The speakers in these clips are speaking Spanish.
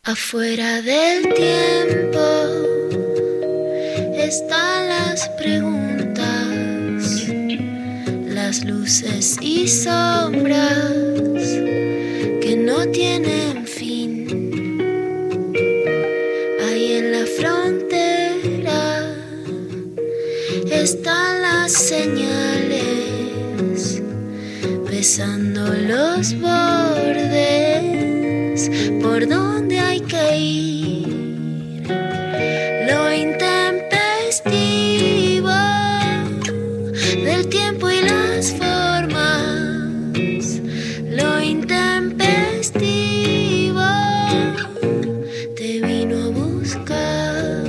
Afuera del tiempo están las preguntas, las luces y sombras que no tienen fin. Ahí en la frontera están las señales, besando los bordes por donde hay que ir. Lo intempestivo del tiempo y las formas, lo intempestivo te vino a buscar.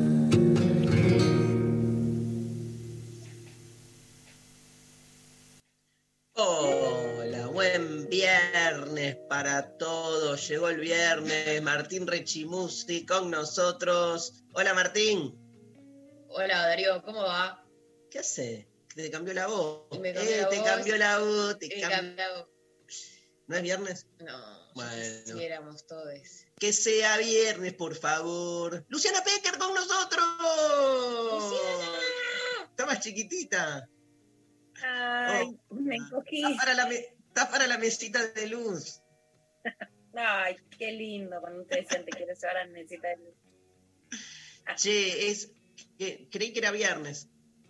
Hola, buen viernes para todos. Llegó el viernes. Martín Rechimusi con nosotros. Hola, Martín. Hola, Darío, ¿cómo va? ¿Qué hace? Te cambió la voz. Me cambió la te voz. cambió la voz. Cambiado. ¿No es viernes? No, bueno. Quisiéramos todos. Que sea viernes, por favor. Luciana Pecker con nosotros. ¡Luciana! Está más chiquitita. Ay, me encogí. Está para la mesita de luz. Ay, qué lindo cuando ustedes decían te quiero llevar a la mesita de luz. Che, creí que era viernes.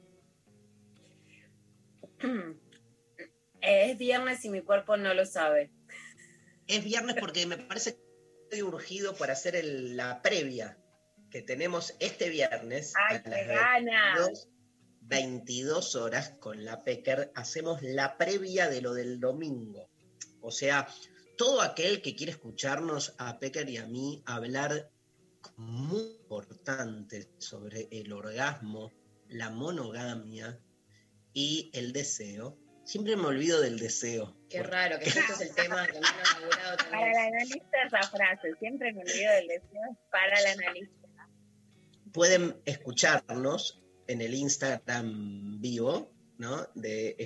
Es viernes y mi cuerpo no lo sabe. Es viernes porque me parece que estoy urgido para hacer la previa que tenemos este viernes. ¡Ay, qué ganas! 22 horas con la Pecker. Hacemos la previa de lo del domingo. O sea, todo aquel que quiere escucharnos a Pecker y a mí hablar muy importante sobre el orgasmo, la monogamia y el deseo. Siempre me olvido del deseo. Qué raro, que este es el tema que me han asegurado también. Para el analista esa frase, siempre me olvido del deseo, para el analista. Pueden escucharnos en el Instagram vivo, ¿no? De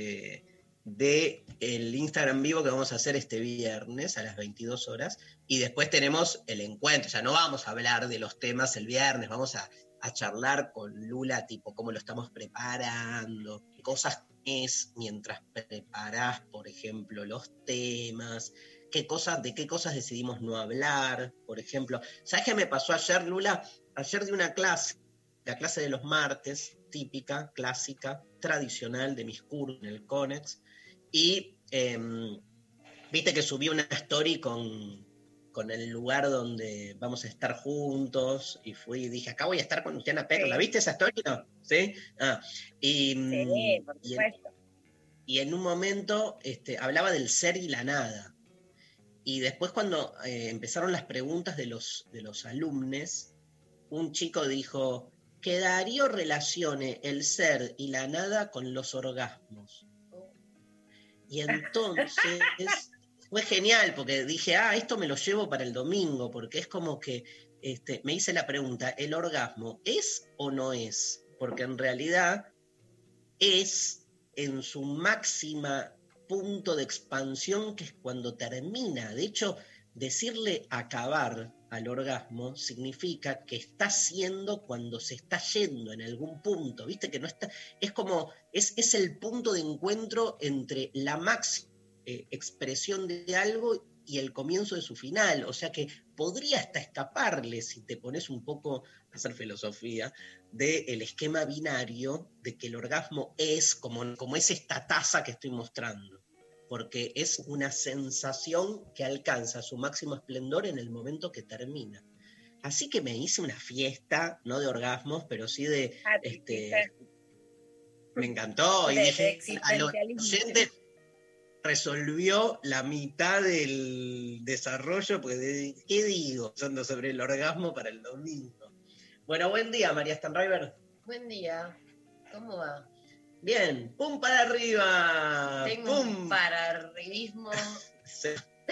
el Instagram vivo que vamos a hacer este viernes a las 22 horas. Y después tenemos el encuentro. O sea, no vamos a hablar de los temas el viernes, vamos a charlar con Lula, tipo, cómo lo estamos preparando, qué cosas es mientras preparás, por ejemplo, los temas, de qué cosas decidimos no hablar, por ejemplo. ¿Sabes qué me pasó ayer, Lula? Ayer di una clase, la clase de los martes, típica, clásica, tradicional de mis cursos en el CONEX, y viste que subí una story con el lugar donde vamos a estar juntos, y fui y dije, acá voy a estar con Luciana Pecker. Sí. ¿La viste esa story? ¿No? ¿Sí? Sí, por supuesto. Y en un momento hablaba del ser y la nada. Y después cuando empezaron las preguntas de los alumnos, un chico dijo, que Darío relacione el ser y la nada con los orgasmos. Y entonces fue genial, porque dije, esto me lo llevo para el domingo, porque es como que me hice la pregunta, ¿el orgasmo es o no es? Porque en realidad es en su máxima punto de expansión, que es cuando termina. De hecho, decirle acabar al orgasmo significa que está siendo cuando se está yendo en algún punto, ¿viste? Que no está, es como, es el punto de encuentro entre la máxima expresión de algo y el comienzo de su final. O sea que podría hasta escaparle, si te pones un poco a hacer filosofía, del esquema binario de que el orgasmo es como es esta taza que estoy mostrando, porque es una sensación que alcanza su máximo esplendor en el momento que termina. Así que me hice una fiesta, no de orgasmos, pero sí de... me encantó, y dije, a los oyentes resolvió la mitad del desarrollo, porque ¿qué digo? Hablando sobre el orgasmo para el domingo. Bueno, buen día, María Stanriver. Buen día, ¿cómo va? Bien, ¡pum para arriba! Tengo un pararribismo. Sí.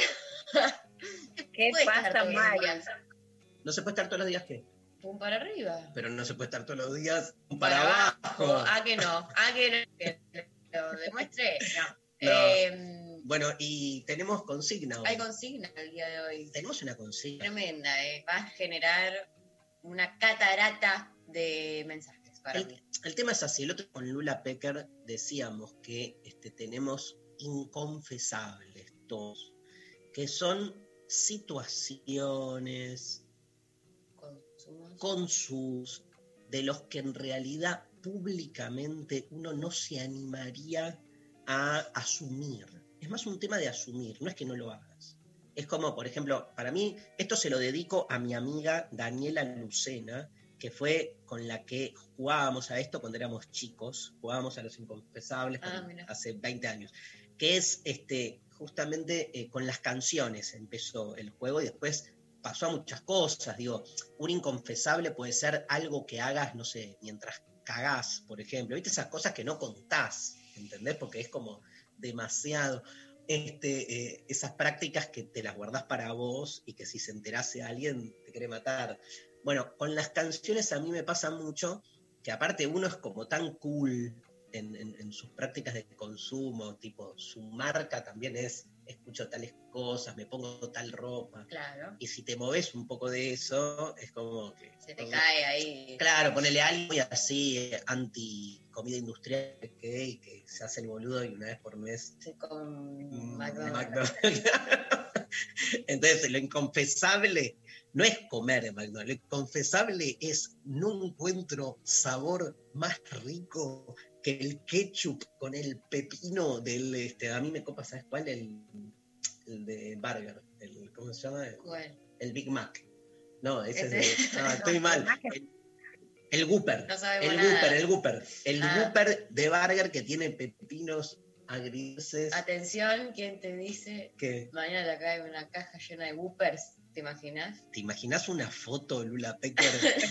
¿Qué pasa, María? ¿No se puede estar todos los días qué? Pum para arriba. Pero no se puede estar todos los días pum para abajo. Que no, que lo demuestre, no. Bueno, y tenemos consigna hoy. Hay consigna el día de hoy. Tenemos una consigna. Tremenda, va a generar una catarata de mensajes para mí. El tema es así, el otro con Lula Pecker decíamos que tenemos inconfesables todos, que son situaciones, consumos, de los que en realidad públicamente uno no se animaría a asumir. Es más un tema de asumir, no es que no lo hagas. Es como, por ejemplo, para mí, esto se lo dedico a mi amiga Daniela Lucena, que fue con la que jugábamos a esto cuando éramos chicos, jugábamos a los inconfesables hace 20 años, que es justamente con las canciones empezó el juego y después pasó a muchas cosas. Digo, un inconfesable puede ser algo que hagas, no sé, mientras cagás, por ejemplo. ¿Viste esas cosas que no contás? ¿Entendés? Porque es como demasiado. Esas prácticas que te las guardás para vos y que si se enterase alguien te quiere matar. Bueno, con las canciones a mí me pasa mucho que aparte uno es como tan cool en sus prácticas de consumo, tipo su marca también es, escucho tales cosas, me pongo tal ropa. Claro. Y si te moves un poco de eso, es como que... Se te cae ahí. Claro, ponele algo y así, anti-comida industrial que se hace el boludo y una vez por mes... Se con McDonald's. Entonces, lo inconfesable no es comer en McDonald's, lo inconfesable es no encuentro sabor más rico que el ketchup con el pepino del... a mí me copa, ¿sabes cuál? El de Burger, ¿cómo se llama? ¿Cuál? El Big Mac. No, ese es no, estoy mal. El Whopper. No sabemos el nada. Whopper, el Whopper. El Whopper de Burger que tiene pepinos agridulces. Atención, ¿quién te dice? ¿Qué? Mañana te cae una caja llena de Whoopers, ¿te imaginas? ¿Te imaginas una foto de Lula Pecker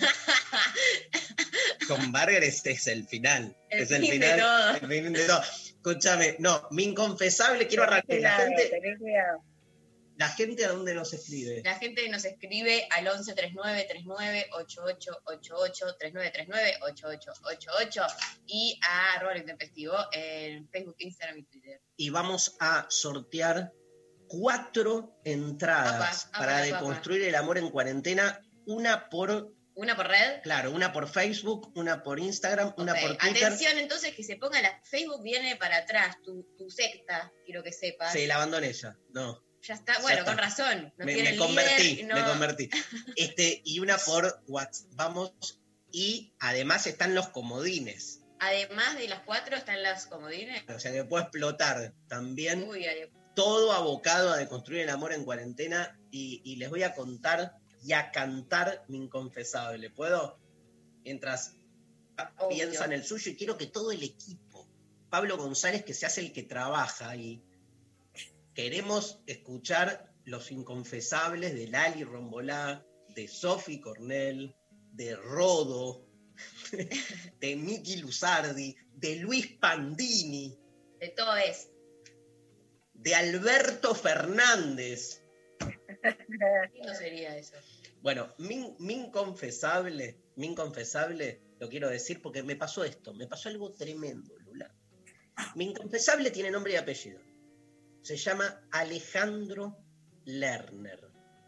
con Burger? Es el final. El es el fin final. de todo. El fin de todo. Escúchame, no, mi inconfesable, quiero arrancar. Tenés cuidado. ¿La gente a dónde nos escribe? La gente nos escribe al 11 39 39 8888 39 39 8888 y a @ intempestivo en Facebook, Instagram y Twitter. Y vamos a sortear 4 entradas para deconstruir el amor en cuarentena, una por red. Claro, una por Facebook, una por Instagram, una por Twitter. Atención entonces que se ponga Facebook viene para atrás, tu secta, quiero que sepas. Sí, la abandoné ya, no. Ya está, bueno, con razón. No me convertí. Y una por WhatsApp. Vamos, y además están los comodines. Además de las 4 están los comodines. O sea que puedo explotar también. Uy, todo abocado a deconstruir el amor en cuarentena. Y les voy a contar y a cantar mi inconfesable. ¿Puedo? Mientras piensan el suyo, y quiero que todo el equipo, Pablo González, que se hace el que trabaja y queremos escuchar los inconfesables de Lali Rombolá, de Sofi Cornell, de Rodo, de Miki Luzardi, de Luis Pandini, de todo eso, de Alberto Fernández. ¿Qué no sería eso? Bueno, mi inconfesable, lo quiero decir porque me pasó esto, me pasó algo tremendo, Lula. Mi inconfesable tiene nombre y apellido. Se llama Alejandro Lerner.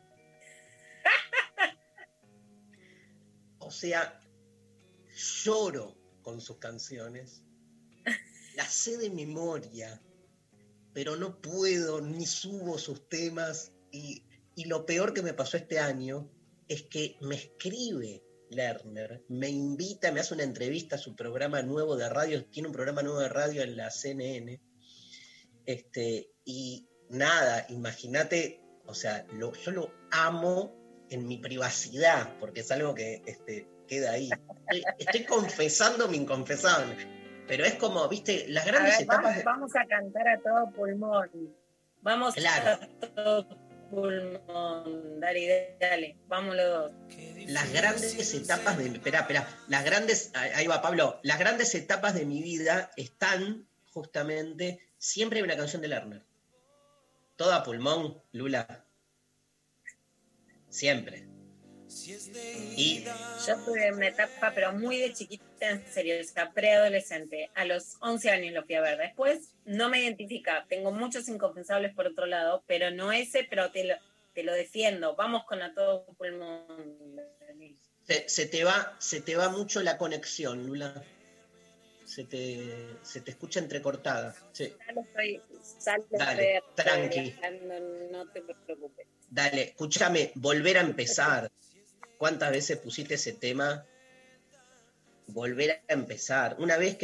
O sea, lloro con sus canciones, las sé de memoria, pero no puedo ni subo sus temas. Y lo peor que me pasó este año es que me escribe Lerner, me invita, me hace una entrevista a su programa nuevo de radio, tiene un programa nuevo de radio en la CNN. Y nada, imagínate, o sea, yo lo amo en mi privacidad, porque es algo que queda ahí. Estoy confesando mi inconfesable, pero es como, viste, las grandes etapas... Vamos a cantar a todo pulmón. Vamos claro. a todo pulmón. Dale, vamos los dos. Las grandes etapas de... Espera, las grandes... Ahí va, Pablo. Las grandes etapas de mi vida están justamente... Siempre hay una canción de Lerner. Toda pulmón, Lula. Siempre. Y Yo tuve una etapa, pero muy de chiquita, en serio, o sea, preadolescente. A los 11 años lo fui a ver. Después no me identifica. Tengo muchos inconfesables por otro lado, pero no ese, pero te lo defiendo. Vamos con A Todo Pulmón. se te va mucho la conexión, Lula. Se te escucha entrecortada. Sí. Dale, tranqui. No te preocupes. Dale, escúchame, volver a empezar. ¿Cuántas veces pusiste ese tema? Volver a empezar. Una vez,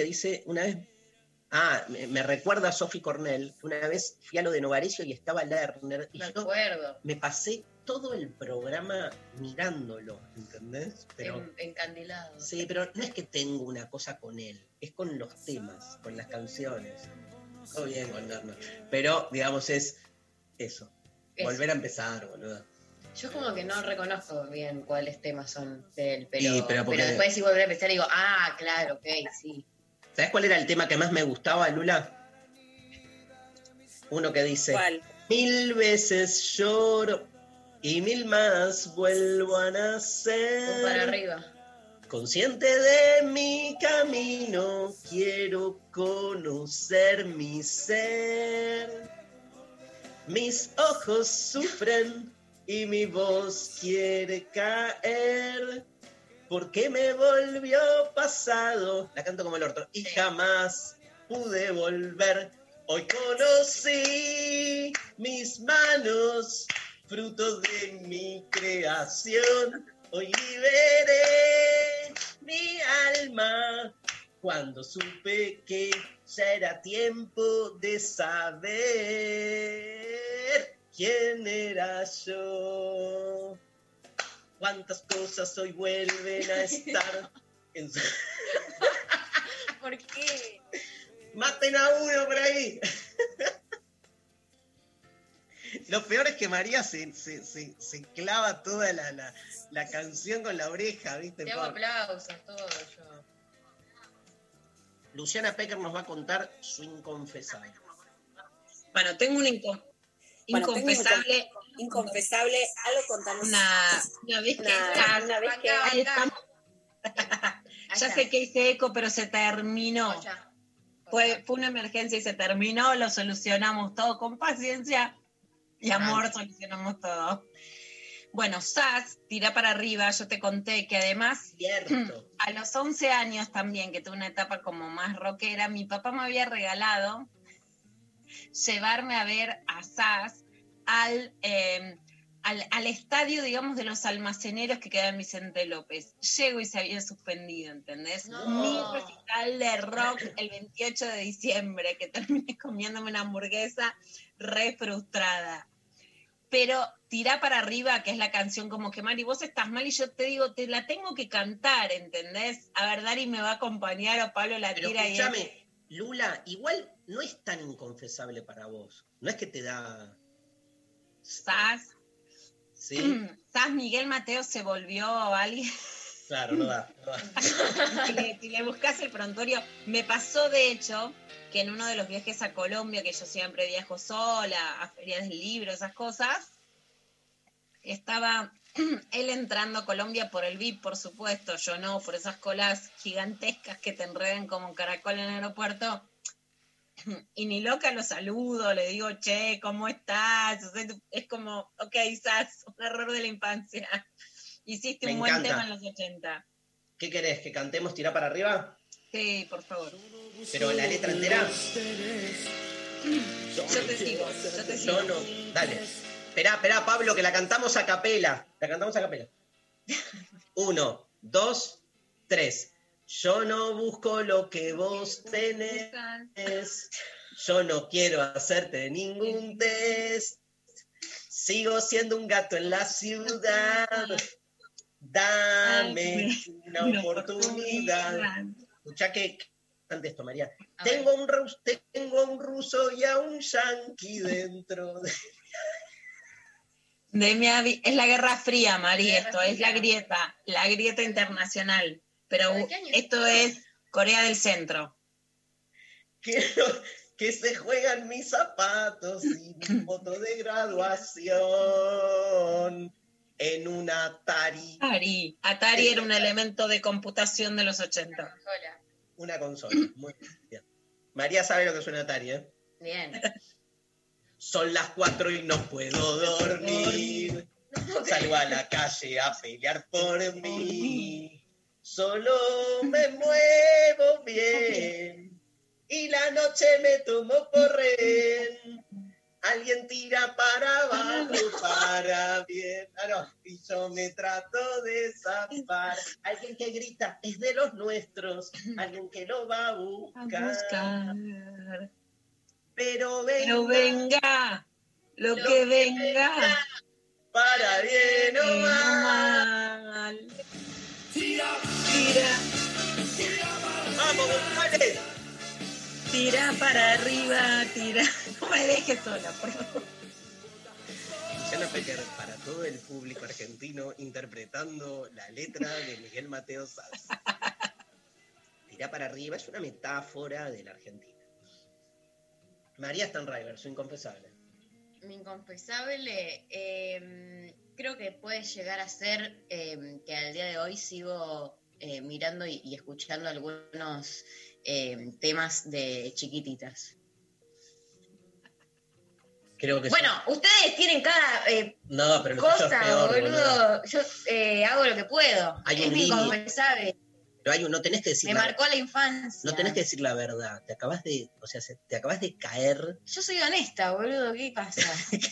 me recuerda a Sophie Cornell. Una vez fui a lo de Novarecio y estaba Lerner. Y Me yo acuerdo. me pasé todo el programa mirándolo, ¿entendés? Pero, Encandilado. sí, pero no es que tengo una cosa con él, es con los temas, con las canciones. Todo bien con Lerner. Pero, digamos, es eso. Volver a empezar, boludo. Yo como que no reconozco bien cuáles temas son de él, pero, Sí, pero después si volver a empezar digo, claro, ok, sí. ¿Sabes cuál era el tema que más me gustaba, Lula? Uno que dice: ¿Cuál? 1000 veces lloro y 1000 más vuelvo a nacer. Para arriba. Consciente de mi camino, quiero conocer mi ser. Mis ojos sufren y mi voz quiere caer, porque me volvió pasado, la canto como el orto, y jamás pude volver. Hoy conocí mis manos, frutos de mi creación. Hoy liberé mi alma cuando supe que ya era tiempo de saber quién era yo. Cuántas cosas hoy vuelven a estar en su... ¿Por qué? ¡Maten a uno por ahí! Lo peor es que María se clava toda la canción con la oreja, ¿viste? Te hago aplausos, todo yo. Luciana Pecker nos va a contar su inconfesable. Bueno, tengo un inconfesable. Inconfesable, algo contanos. Una vez que ahí estamos. Ya sé que hice eco, pero se terminó. Fue una emergencia y se terminó, lo solucionamos todo con paciencia y amor, solucionamos todo. Bueno, Sass, Tirá para arriba, yo te conté que además, Cierto. a los 11 años también, que tuve una etapa como más rockera, mi papá me había regalado llevarme a ver a Sass al estadio, digamos, de los almaceneros que queda en Vicente López. Llego y se había suspendido, ¿entendés? No. Mi recital de rock el 28 de diciembre, que terminé comiéndome una hamburguesa re frustrada. Pero Tirá para arriba, que es la canción como que Mari, vos estás mal y yo te digo, te la tengo que cantar, ¿entendés? A ver, Dari me va a acompañar o Pablo la Pero tira y... escúchame, Lula, igual no es tan inconfesable para vos. No es que te da... Sass. ¿Sí? Sass Miguel Mateo se volvió alguien... Claro, no da. Si le buscas el prontuario, me pasó de hecho que en uno de los viajes a Colombia, que yo siempre viajo sola, a ferias del libro, esas cosas, estaba él entrando a Colombia por el VIP, por supuesto, yo no, por esas colas gigantescas que te enredan como un caracol en el aeropuerto, y ni loca lo saludo, le digo, che, ¿cómo estás? O sea, es como, ok, Sass, un error de la infancia. Hiciste Me un buen encanta. tema en los 80. ¿Qué querés? ¿Que cantemos Tirá para arriba? Sí, por favor. ¿Pero la letra entera? Yo te sigo. Yo no. Dale. Esperá, Pablo, que la cantamos a capela. 1, 2, 3. Yo no busco lo que vos tenés. Yo no quiero hacerte ningún test. Sigo siendo un gato en la ciudad. Dame una oportunidad. Escuchá que cante esto, María. Tengo un ruso y a un yanqui dentro de... Es la Guerra Fría, María, esto es la grieta internacional. Pero esto es Corea del Centro. Quiero que se juegan mis zapatos y mi foto de graduación. en un Atari. Atari era un elemento de computación de los 80. Hola. Una consola. Muy bien. María sabe lo que es un Atari, ¿eh? Bien. Son las 4 y no puedo dormir. Salgo a la calle a pelear por mí. Solo me muevo bien. Y la noche me tomo por rehén. Alguien tira para abajo, para bien. Ah, no. Y yo me trato de zafar. Alguien que grita, es de los nuestros. Alguien que lo va a buscar. Pero venga, lo que venga, para bien o mal. Tira, ¡Vamos, González! tira para arriba, tira. No me dejes sola, por favor. Luciana Pecker, para todo el público argentino, interpretando la letra de Miguel Mateo Sanz. Tira para arriba es una metáfora de la Argentina. María Stanriver, su inconfesable. Mi inconfesable, creo que puede llegar a ser que al día de hoy sigo mirando y escuchando algunos temas de Chiquititas. Creo que Bueno, ustedes tienen cada no, pero lo tuyo es cosa, peor, boludo. Yo hago lo que puedo. Hay Es un mi límite. inconfesable. Pero no tenés que decir Me marcó la infancia. no tenés que decir la verdad. Te acabas de caer. Yo soy honesta, boludo. ¿Qué pasa?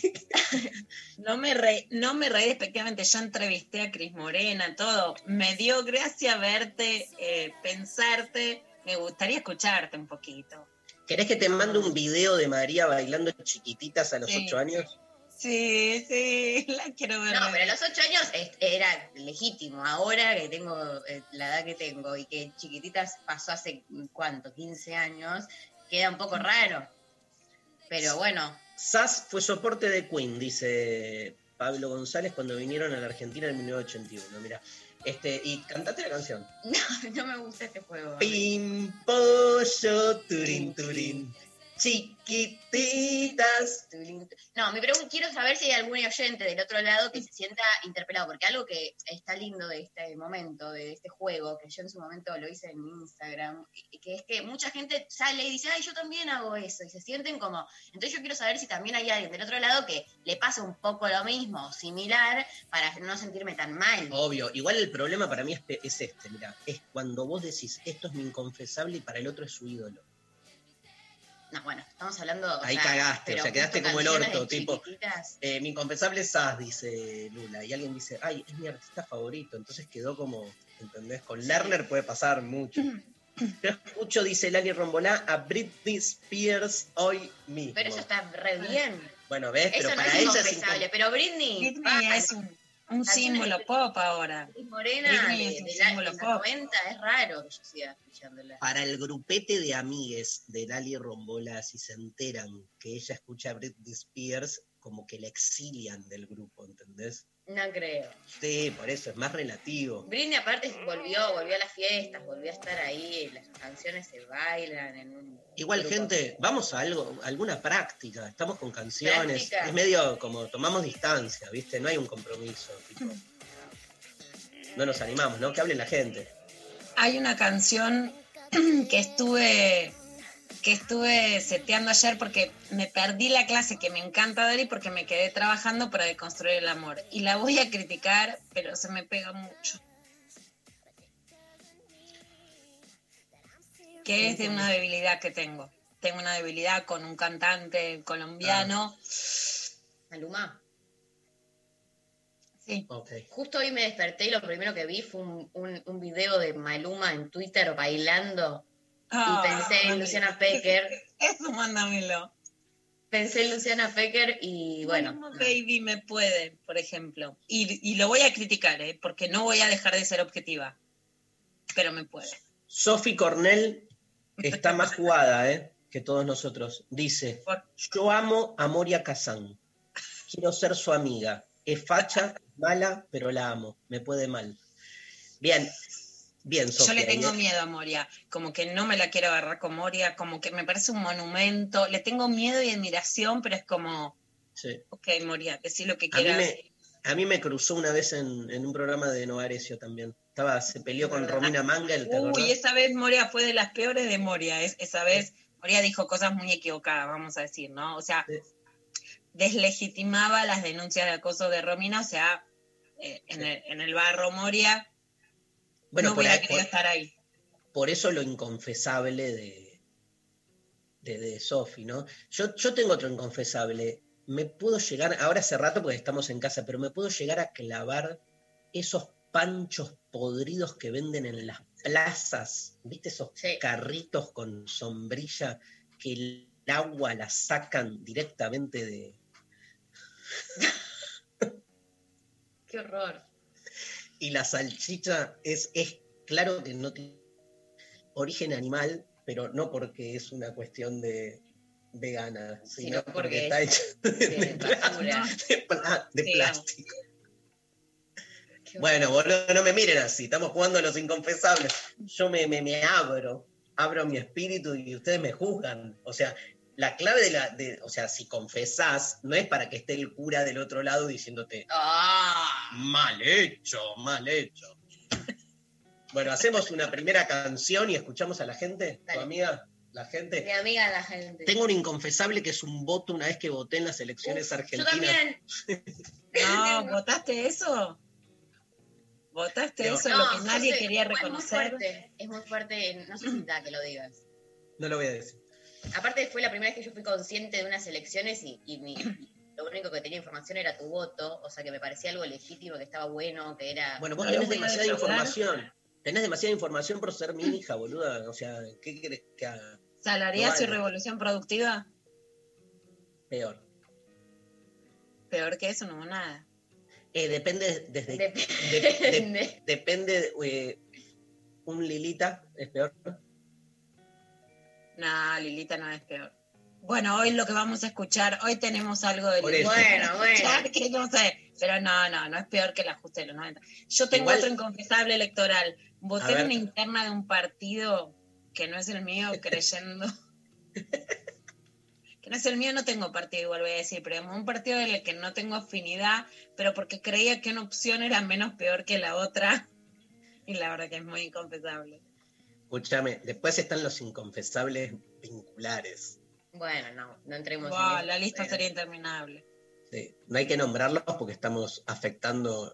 No me reí despectivamente. Yo entrevisté a Cris Morena, todo. Me dio gracia verte, pensarte. Me gustaría escucharte un poquito. ¿Querés que te mande un video de María bailando Chiquititas a los 8 años? Sí, la quiero ver. No, pero a los 8 años era legítimo. Ahora que tengo la edad que tengo y que Chiquititas pasó hace, ¿cuánto? 15 años, queda un poco raro. Pero bueno. Sass fue soporte de Queen, dice Pablo González, cuando vinieron a la Argentina en 1981. Mira, y cantate la canción. No me gusta este juego. Pim, pollo, turín, turín. Chiquititas. No, quiero saber si hay algún oyente del otro lado que se sienta interpelado, porque algo que está lindo de este momento, de este juego, que yo en su momento lo hice en mi Instagram, que es que mucha gente sale y dice, ay, yo también hago eso, y se sienten como... Entonces yo quiero saber si también hay alguien del otro lado que le pasa un poco lo mismo, similar, para no sentirme tan mal. Obvio, igual el problema para mí es mira, es cuando vos decís, esto es mi inconfesable y para el otro es su ídolo. No, bueno, estamos hablando... Ahí cagaste, o sea, quedaste como el orto, tipo... Chiquititas. Mi inconfesable es Sass, dice Lula, y alguien dice, ay, es mi artista favorito, entonces quedó como, ¿entendés? Con Lerner puede pasar mucho. Yo escucho, dice Lali Rombolá, a Britney Spears hoy mismo. Pero eso está re bien. Bueno, ¿ves? Eso Pero no para es ella inconfesable, pero Britney Es un símbolo pop ahora. Cris Morena Britney es un símbolo de los pop. 90, es raro que yo siga escuchándola. Para el grupete de amigues de Lali Rombolá, si se enteran que ella escucha a Britney Spears, como que la exilian del grupo, ¿entendés? No creo. Sí, por eso, es más relativo. Britney aparte volvió a las fiestas, volvió a estar ahí, las canciones se bailan en un Igual, grupo. gente, vamos a alguna práctica, estamos con canciones, Práctica. es medio como tomamos distancia, ¿viste? No hay un compromiso, tipo, no nos animamos, ¿no? Que hable la gente. Hay una canción que estuve seteando ayer porque me perdí la clase que me encanta dar y porque me quedé trabajando para deconstruir el amor. Y la voy a criticar, pero se me pega mucho. Que es de una debilidad que tengo. Tengo una debilidad con un cantante colombiano. Maluma. Sí. Ok. Justo hoy me desperté y lo primero que vi fue un video de Maluma en Twitter bailando. Y pensé en Luciana Pecker. Eso mándamelo. Pensé en Luciana Pecker y bueno. Maluma Baby me puede, por ejemplo. Y lo voy a criticar, porque no voy a dejar de ser objetiva. Pero me puede. Sophie Cornell está más jugada, que todos nosotros. Dice, yo amo a Moria Kazan. Quiero ser su amiga. Es facha, mala, pero la amo. Me puede mal. Bien, Sofía. Yo le tengo miedo a Moria. Como que no me la quiero agarrar con Moria. Como que me parece un monumento. Le tengo miedo y admiración, pero es como... Sí. Ok, Moria, decí lo que A mí quieras. A mí me cruzó una vez en un programa de Novarecio también. Se peleó con Romina Mangel, ¿te acordás? Uy, esa vez Moria fue de las peores de Moria. Esa vez Moria dijo cosas muy equivocadas, vamos a decir, ¿no? O sea, Sí. deslegitimaba las denuncias de acoso de Romina, o sea, en el barro Moria Bueno, no por, hubiera ahí- querido estar ahí. por eso lo inconfesable de Sofi, ¿no? Yo tengo otro inconfesable. Me puedo llegar, ahora hace rato porque estamos en casa, pero me puedo llegar a clavar esos panchos podridos que venden en las plazas, ¿viste? Esos Sí. carritos con sombrilla que el agua la sacan directamente de... Qué horror. Y la salchicha es claro que no tiene origen animal, pero no porque es una cuestión de vegana, sino porque porque está es hecho de basura. de Sí, plástico. Qué horror. Bueno, boludo, no me miren así, estamos jugando a los inconfesables. Yo me abro mi espíritu y ustedes me juzgan. O sea, la clave o sea, si confesás, no es para que esté el cura del otro lado diciéndote, ¡Ah! mal hecho, mal hecho. Bueno, hacemos una primera canción y escuchamos a la gente, Dale. tu amiga, la gente. Mi amiga la gente. Tengo un inconfesable que es un voto una vez que voté en las elecciones Yo argentinas. también. No, ¿votaste eso? ¿Votaste No. eso? Lo que yo nadie sé, quería es muy reconocer. fuerte. Es muy fuerte. No sé si da que lo digas. No lo voy a decir. Aparte fue la primera vez que yo fui consciente de unas elecciones y lo único que tenía información era tu voto, o sea que me parecía algo legítimo, que estaba bueno, que era... Bueno, vos No lo tenés voy a demasiada defraudar. información. Tenés demasiada información por ser mi hija, boluda. O sea, ¿qué querés que haga? ¿Salariazo y No vale. revolución productiva? Peor. Peor que eso no hubo nada. Depende desde... Depende. Depende... un Lilita es peor. No, Lilita no es peor. Bueno, hoy lo que vamos a escuchar, hoy tenemos algo de Por Lilita. eso. Bueno. escuchar que no sé, pero no es peor que el ajuste de los 90. Yo tengo Igual- otro inconfesable electoral. A Voté ver. en una interna de un partido que no es el mío, creyendo... que no es el mío, no tengo partido, igual voy a decir, pero un partido del que no tengo afinidad, pero porque creía que una opción era menos peor que la otra. Y la verdad que es muy inconfesable. Escúchame, después están los inconfesables vinculares. Bueno, no entremos Wow, en la eso, lista pero- sería interminable. Sí, no hay que nombrarlos porque estamos afectando...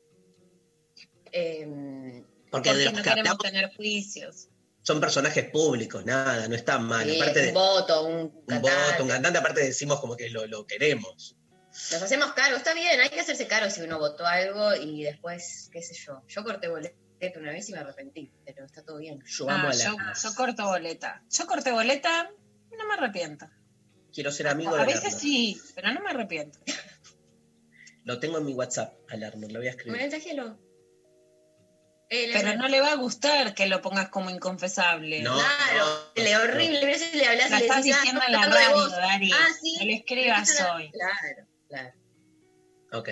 Porque de Porque los no que queremos hablamos tener juicios. son personajes públicos, nada, no están mal. Sí, Aparte de un voto, un voto, un cantante, aparte decimos como que lo queremos. Nos hacemos cargo, está bien, hay que hacerse cargo si uno votó algo y después, qué sé yo. Yo corté boleta una vez y me arrepentí, pero está todo bien. Yo amo a la... Yo corto boleta. Yo corté boleta y no me arrepiento. Quiero ser amigo de A veces Lerner. sí, pero no me arrepiento. Lo tengo en mi WhatsApp, a Lerner, lo voy a escribir. Mensájelo. Pero no le va a gustar que lo pongas como inconfesable. No. Claro, le horrible, mira si le hablas Lo y le estás decís, diciendo no, en la hablando de radio, vos. Dari. Ah, sí. No le escribas Claro, hoy. Claro. Ok.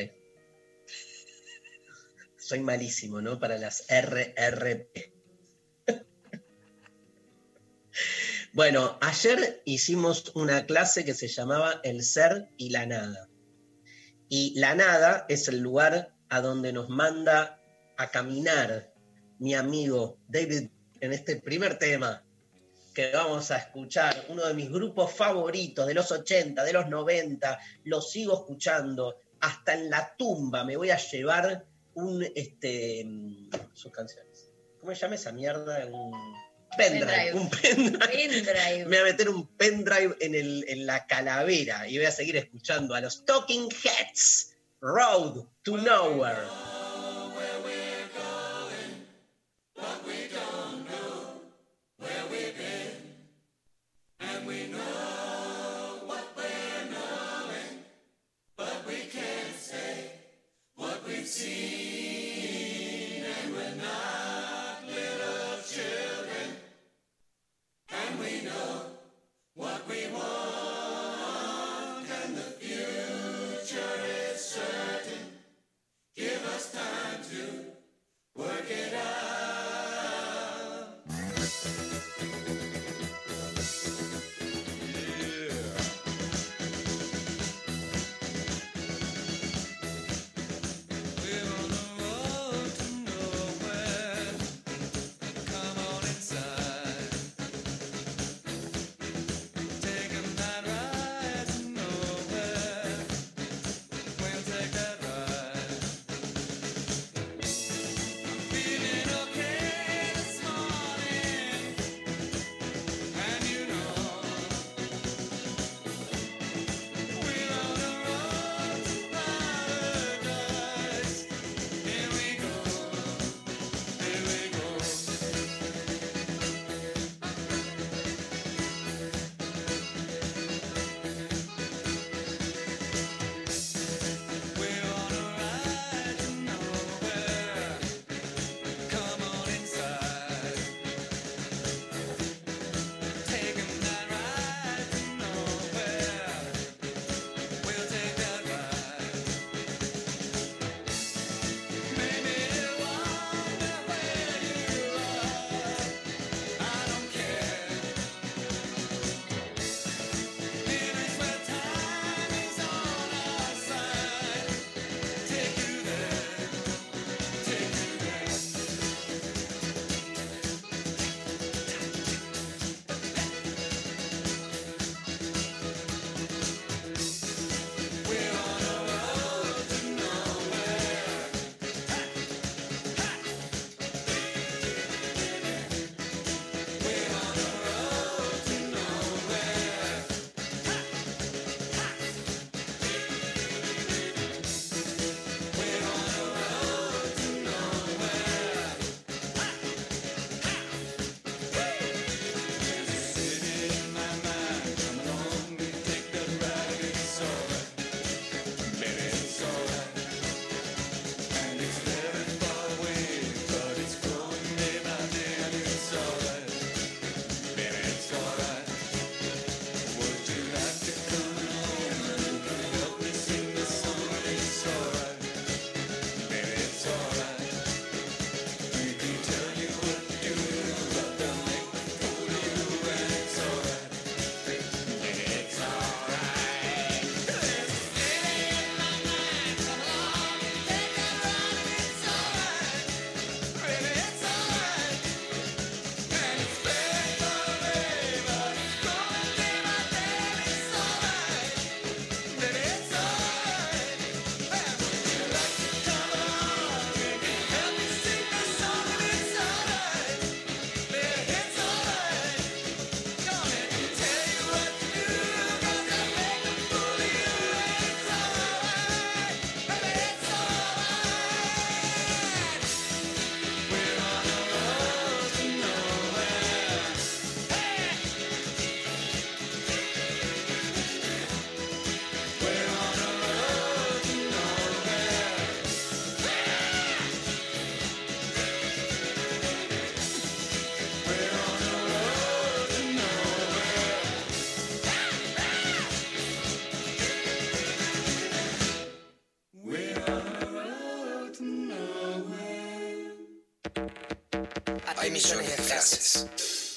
Soy malísimo, ¿no? Para las RRP. Bueno, ayer hicimos una clase que se llamaba El ser y la nada. Y la nada es el lugar a donde nos manda a caminar mi amigo David en este primer tema que vamos a escuchar, uno de mis grupos favoritos de los 80, de los 90, lo sigo escuchando, hasta en la tumba me voy a llevar sus canciones. ¿Cómo se llama esa mierda? Un pendrive. Un pendrive. Pendrive. Me voy a meter un pendrive en la calavera y voy a seguir escuchando a los Talking Heads, Road to Nowhere. Hay millones de frases.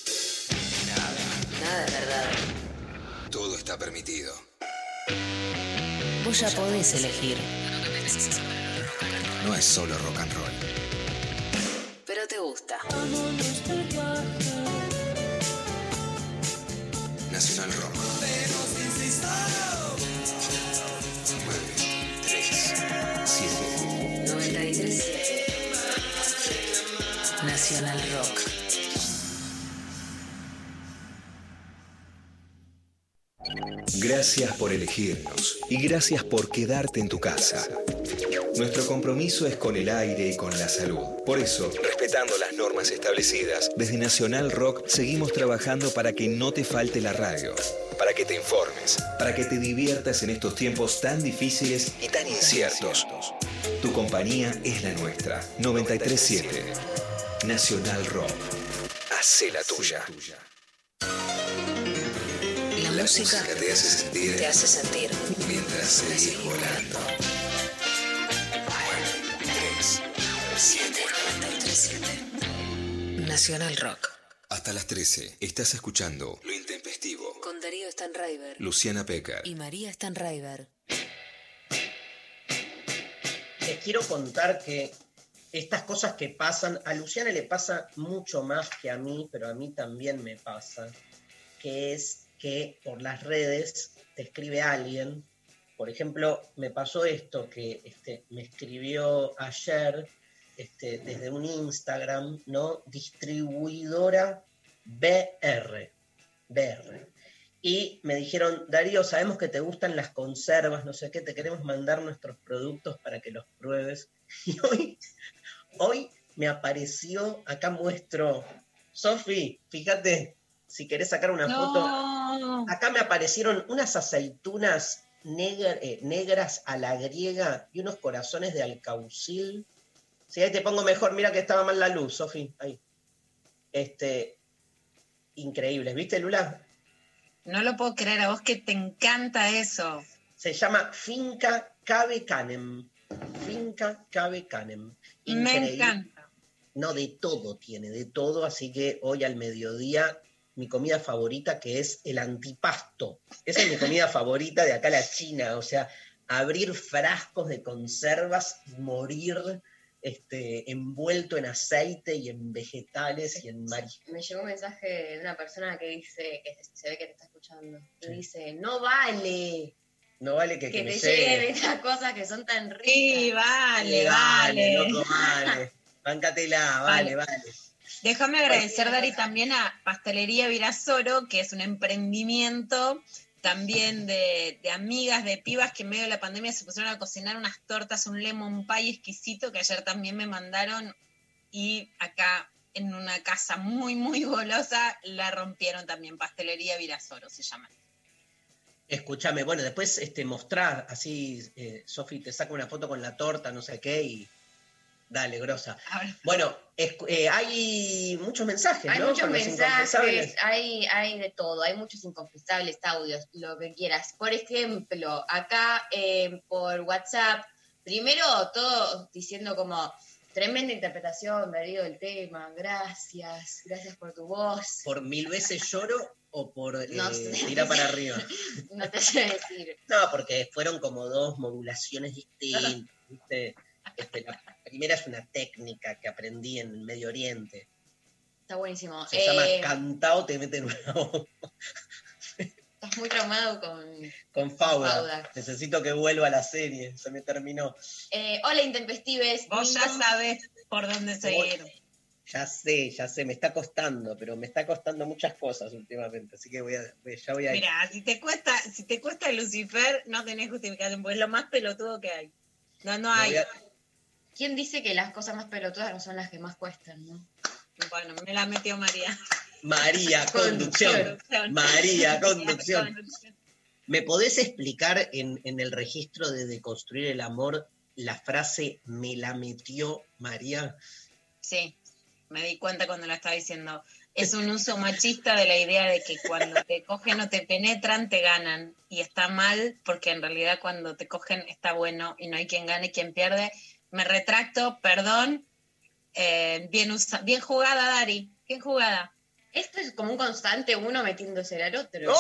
Nada de verdad. Todo está permitido. Vos ya podés elegir. No es solo rock and roll. Pero te gusta. Nacional Rock. 9, 3, 7. 93.7. Nacional Rock. Gracias por elegirnos y gracias por quedarte en tu casa. Nuestro compromiso es con el aire y con la salud. Por eso, respetando las normas establecidas, desde Nacional Rock seguimos trabajando para que no te falte la radio, para que te informes, para que te diviertas en estos tiempos tan difíciles y tan inciertos. Tu compañía es la nuestra. 93.7. Nacional Rock. Hacé la tuya. La música te hace sentir. te hace sentir. Mientras seguís volando. 9, 3, 7. 93.7. Nacional Rock. Hasta las 13. Estás escuchando Lo Intempestivo. Con Darío Stanraiver Luciana Pecker. y María Stanraiver. Les quiero contar que estas cosas que pasan, a Luciana le pasa mucho más que a mí, pero a mí también me pasa, que es que por las redes te escribe alguien. Por ejemplo, me pasó esto, que me escribió ayer desde un Instagram, ¿no? Distribuidora BR. Y me dijeron, Darío, sabemos que te gustan las conservas, no sé qué, te queremos mandar nuestros productos para que los pruebes. Y hoy me apareció, acá muestro, Sofi, fíjate, si querés sacar una foto, acá me aparecieron unas aceitunas negras a la griega y unos corazones de alcaucil. Sí, ahí te pongo mejor, mira que estaba mal la luz, Sofi, ahí. Increíbles, ¿viste, Lula? No lo puedo creer, a vos que te encanta eso. Se llama Finca Cabe Canem. Finca Cabe Canem. Me encanta. No, de todo tiene, de todo, así que hoy al mediodía mi comida favorita, que es el antipasto. Esa es mi comida favorita de acá a la China, o sea, abrir frascos de conservas y morir envuelto en aceite y en vegetales y en mariscos. Me llegó un mensaje de una persona que dice, que se ve que te está escuchando, y dice, no vale No vale que te me lleguen llegue. estas cosas que son tan ricas. Sí, vale. Loco, vale. Báncatela, vale. Déjame agradecer, Dari, también a Pastelería Virasoro, que es un emprendimiento también de amigas, de pibas que en medio de la pandemia se pusieron a cocinar unas tortas, un lemon pie exquisito que ayer también me mandaron, y acá en una casa muy, muy golosa la rompieron también. Pastelería Virasoro se llama. Escúchame, bueno, después mostrar, así Sofi te saca una foto con la torta, no sé qué, y dale, grosa. Bueno, hay muchos mensajes, Hay ¿no? muchos Con los mensajes, inconfesables. hay de todo, hay muchos inconfesables, audios, lo que quieras. Por ejemplo, acá por WhatsApp, primero todo diciendo como, tremenda interpretación, Darío, del tema, gracias por tu voz. ¿Por 1000 veces lloro o por No sé. tira para arriba? No te sé decir. No, porque fueron como dos modulaciones distintas, ¿viste? La primera es una técnica que aprendí en el Medio Oriente. Está buenísimo. Se llama cantao, te meten una voz. Estás muy traumado Con Fauda. Fauda. Necesito que vuelva a la serie, se me terminó. Hola, Intempestives. Vos ya sabés por dónde seguir. Ya sé, me está costando, pero me está costando muchas cosas últimamente, así que ya voy a ir. Mira, si te cuesta Lucifer, no tenés justificación, porque es lo más pelotudo que hay. No hay. ¿Quién dice que las cosas más pelotudas no son las que más cuestan, no? Bueno, me la metió María. María, conducción. María, conducción. ¿Me podés explicar en el registro de Deconstruir el Amor la frase "me la metió María"? Sí, me di cuenta cuando la estaba diciendo. Es un uso machista de la idea de que cuando te cogen o te penetran, te ganan. Y está mal, porque en realidad cuando te cogen está bueno y no hay quien gane, quien pierde. Me retracto, perdón. Bien jugada, Dari. Bien jugada. Esto es como un constante uno metiéndose al otro.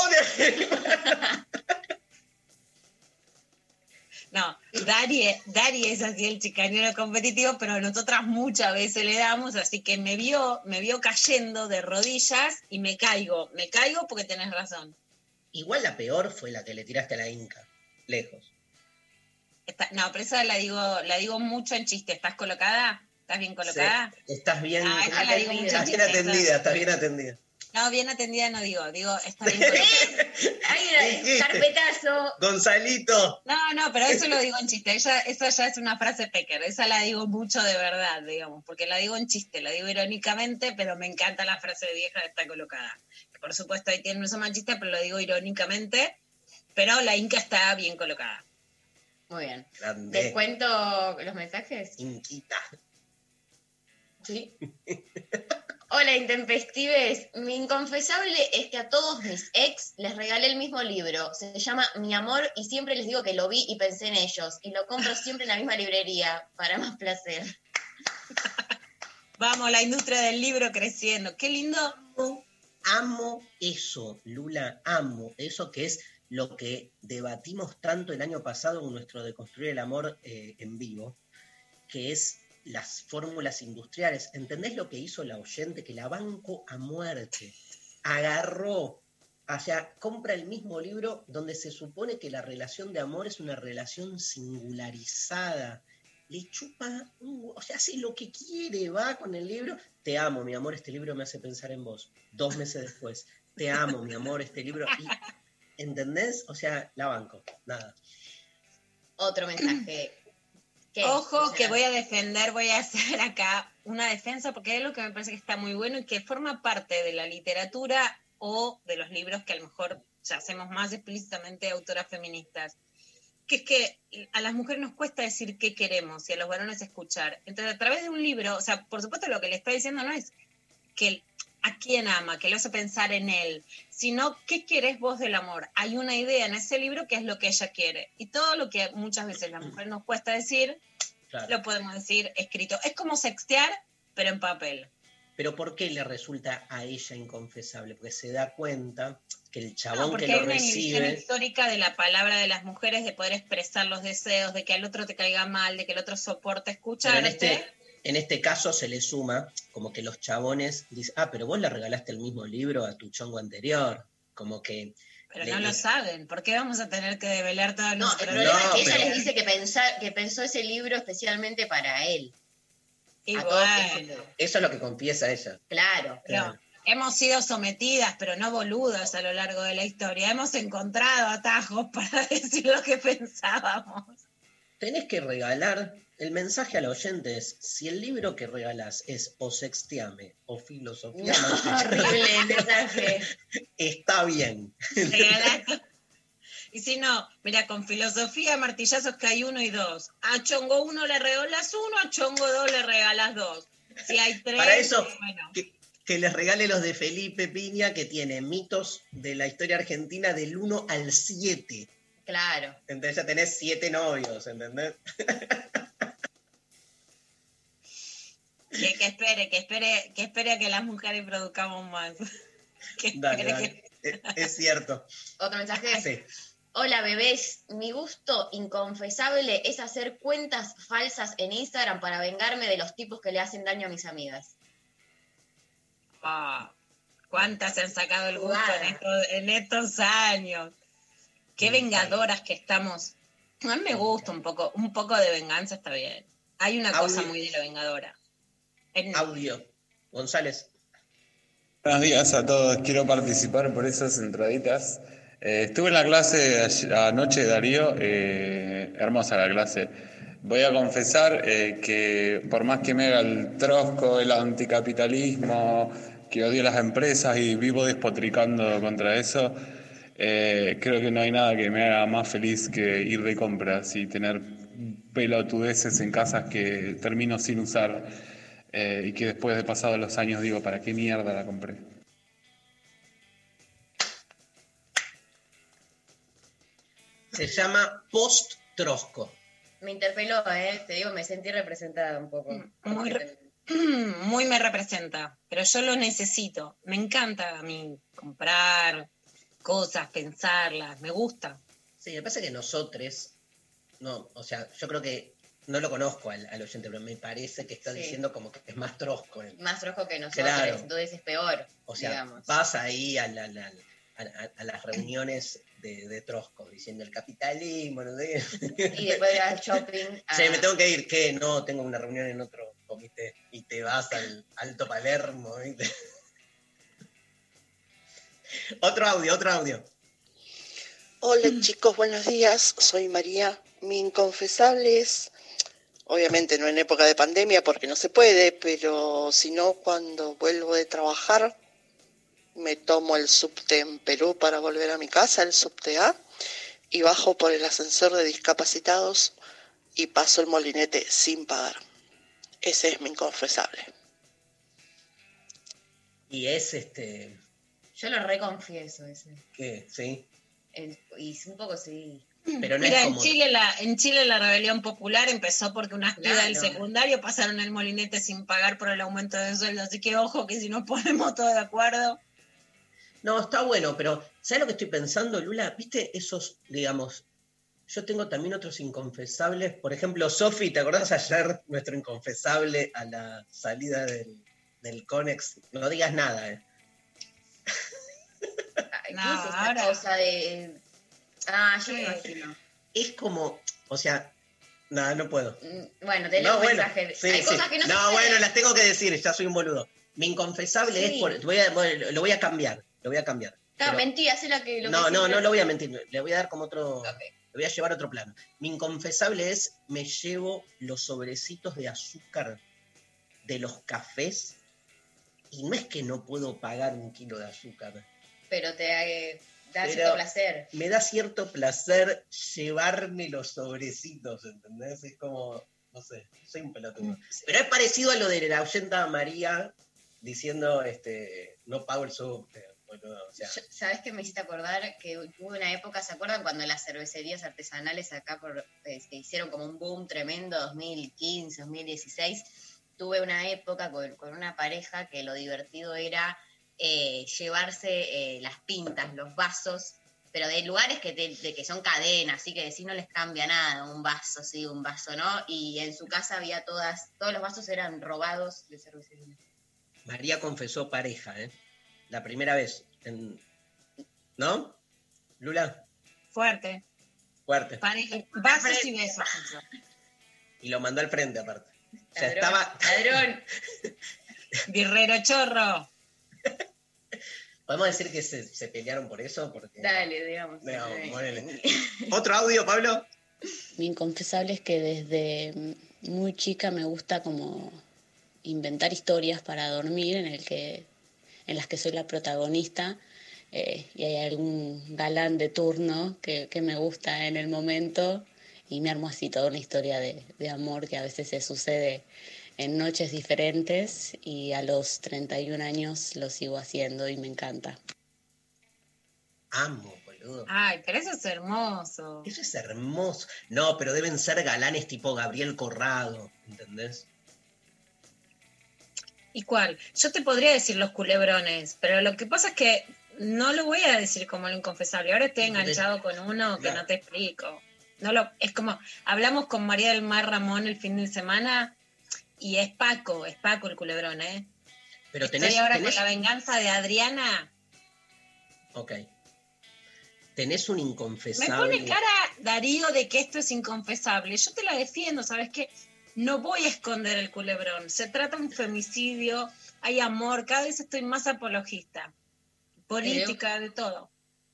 No, Dari es así el chicanero competitivo, pero nosotras muchas veces le damos, así que me vio cayendo de rodillas y me caigo porque tenés razón. Igual la peor fue la que le tiraste a la Inca, lejos. No, pero esa la digo mucho en chiste. ¿Estás colocada? ¿Estás bien colocada? Sí, estás bien, esa la digo mucho en estás bien chiste, atendida, estás bien atendida. No, bien atendida no digo está bien colocada. ¡Ay, carpetazo! ¡Gonzalito! No, pero eso lo digo en chiste. Esa ya es una frase Pecker. Esa la digo mucho de verdad, digamos, porque la digo en chiste, la digo irónicamente, pero me encanta la frase de vieja está colocada. Por supuesto, ahí tiene un chiste, pero lo digo irónicamente. Pero la Inca está bien colocada. Muy bien. Grande. ¿Les cuento los mensajes? Inquita. Sí. Hola, intempestives. Mi inconfesable es que a todos mis ex les regalé el mismo libro. Se llama Mi Amor y siempre les digo que lo vi y pensé en ellos. Y lo compro siempre en la misma librería, para más placer. Vamos, la industria del libro creciendo. Qué lindo. Amo eso, Lula, amo eso que es lo que debatimos tanto el año pasado con nuestro Deconstruir el Amor en vivo, que es las fórmulas industriales. ¿Entendés lo que hizo la oyente? Que la banco a muerte. Agarró, o sea, compra el mismo libro donde se supone que la relación de amor es una relación singularizada. Le chupa, o sea, hace lo que quiere, va con el libro. Te amo, mi amor, este libro me hace pensar en vos. 2 meses después, te amo, mi amor, este libro. Y, ¿entendés? O sea, la banco, nada. Otro mensaje. Ojo, que voy a hacer acá una defensa, porque hay algo que me parece que está muy bueno y que forma parte de la literatura o de los libros que a lo mejor ya hacemos más explícitamente autoras feministas, que es que a las mujeres nos cuesta decir qué queremos y a los varones escuchar. Entonces, a través de un libro, o sea, por supuesto lo que le está diciendo no es que a quién ama, que lo hace pensar en él, sino qué querés vos del amor. Hay una idea en ese libro que es lo que ella quiere. Y todo lo que muchas veces a la mujer nos cuesta decir, claro, lo podemos decir escrito. Es como sextear, pero en papel. Pero ¿por qué le resulta a ella inconfesable? Porque se da cuenta que el chabón no, porque que lo hay una recibe... inhibición histórica de la palabra de las mujeres, de poder expresar los deseos, de que al otro te caiga mal, de que el otro soporte escucharte. En este caso se le suma como que los chabones dicen, pero vos le regalaste el mismo libro a tu chongo anterior. Como que... Pero no lo saben. ¿Por qué vamos a tener que develar todos los problemas? No, el problema es que ella les dice que pensó ese libro especialmente para él. Y bueno, eso es lo que confiesa ella. Claro. Hemos sido sometidas, pero no boludas a lo largo de la historia. Hemos encontrado atajos para decir lo que pensábamos. Tenés que regalar... El mensaje al oyente es, si el libro que regalás es o Sextiame o Filosofía horrible el mensaje. Está bien. Y si no, mira, con Filosofía, martillazos que hay 1 y 2. A Chongo 1 le regalas 1, a Chongo 2 le regalas 2. Si hay 3... Para eso, bueno. que les regale los de Felipe Piña, que tiene mitos de la historia argentina del 1 al 7. Claro. Entonces ya tenés 7 novios, ¿entendés? Que espere a que las mujeres produzcamos más. Dale. Es cierto. Otro mensaje. Sí. Hola bebés, mi gusto inconfesable es hacer cuentas falsas en Instagram para vengarme de los tipos que le hacen daño a mis amigas. ¿Cuántas se han sacado el gusto en estos años? Qué vengadoras que estamos. A mí me gusta un poco de venganza, está bien. Hay una cosa muy de la vengadora. Audio. González. Buenos días a todos. Quiero participar por esas entraditas. Estuve en la clase anoche de Darío. Hermosa la clase. Voy a confesar que por más que me haga el trosco, el anticapitalismo, que odio las empresas y vivo despotricando contra eso, creo que no hay nada que me haga más feliz que ir de compras y tener pelotudeces en casas que termino sin usar. Y que después de pasados los años digo, ¿para qué mierda la compré? Se llama post-trosco. Me interpeló, te digo, me sentí representada un poco. muy me representa, pero yo lo necesito. Me encanta a mí comprar cosas, pensarlas, me gusta. Sí, me parece que nosotros, no, o sea, yo creo que no lo conozco al oyente, pero me parece que está Sí. diciendo como que es más trosco. Más trojo que nosotros, Claro. entonces es peor, O sea, digamos. vas ahí a las reuniones de trosco diciendo el capitalismo, no sé. Y después de al shopping. Che, me tengo que ir, ¿qué? No, tengo una reunión en otro comité. Y te vas al Alto Palermo, ¿viste? Otro audio. Hola chicos, buenos días, soy María. Mi inconfesable es, obviamente no en época de pandemia porque no se puede, pero si no cuando vuelvo de trabajar me tomo el subte en Perú para volver a mi casa, el subte A, y bajo por el ascensor de discapacitados y paso el molinete sin pagar. Ese es mi inconfesable. Y es Yo lo reconfieso ese. ¿qué? ¿Sí? Y un poco sí. Pero no Mira, es como... en Chile la rebelión popular empezó porque unas pibas del Claro. secundario pasaron el molinete sin pagar por el aumento de sueldo. Así que ojo que si nos ponemos todos de acuerdo. No, está bueno, pero ¿sabes lo que estoy pensando, Lula? ¿Viste esos, digamos, yo tengo también otros inconfesables? Por ejemplo, Sofi, ¿te acordás ayer nuestro inconfesable a la salida del Conex? No digas nada, ¿Qué No, es esta ahora- cosa de...? Yo me imagino. Es como, o sea, nada, no puedo. Bueno, te leo un bueno, mensaje. sí, Hay sí. cosas que no se No, pueden. bueno, las tengo que decir, ya soy un boludo. Mi inconfesable Sí. es por... lo voy a cambiar. No, mentira, sé lo que No, siempre no lo voy a haces. mentir. Le voy a dar como otro... Ok. Le voy a llevar a otro plano. Mi inconfesable es, me llevo los sobrecitos de azúcar de los cafés y no es que no puedo pagar 1 kilo de azúcar. Pero te da Pero- cierto placer. Me da cierto placer llevarme los sobrecitos, ¿entendés? Es como, no sé, soy un pelotudo. Pero es parecido a lo de la oyenta María diciendo, no pago el subte, boludo. O sea, ¿Sabes qué me hiciste acordar? Que hubo una época, ¿se acuerdan cuando las cervecerías artesanales acá se hicieron como un boom tremendo, 2015, 2016? Tuve una época con una pareja que lo divertido era llevarse las pintas, los vasos, pero de lugares que son cadenas, así que decir no les cambia nada, un vaso sí, un vaso no, y en su casa había todos los vasos eran robados de cervecería. María confesó pareja, la primera vez. ¿No? Lula, Fuerte. fuerte. Pareja, vasos y besos. Y lo mandó al frente aparte. O sea, Ladrón, estaba... ladrón. Birrero chorro. ¿Podemos decir que se pelearon por eso? Porque... Dale, digamos. No, ponele. ¿Otro audio, Pablo? Mi inconfesable es que desde muy chica me gusta como inventar historias para dormir en las que soy la protagonista y hay algún galán de turno que me gusta en el momento y me armo así toda una historia de amor que a veces se sucede en noches diferentes y a los 31 años lo sigo haciendo y me encanta. Amo, boludo. Ay, pero eso es hermoso. Eso es hermoso. No, pero deben ser galanes tipo Gabriel Corrado, ¿entendés? ¿Y cuál? Yo te podría decir los culebrones, pero lo que pasa es que no lo voy a decir como lo inconfesable. Ahora estoy enganchado con uno que Claro. no te explico. Es como, hablamos con María del Mar Ramón el fin de semana y es Paco el culebrón, ¿eh? Pero Estoy ahora con la venganza de Adriana. Ok. Tenés un Me inconfesable... pone cara Darío de que esto es inconfesable. Yo te la defiendo, ¿sabes qué? No voy a esconder el culebrón. Se trata de un femicidio, hay amor, cada vez estoy más apologista. Política, de todo.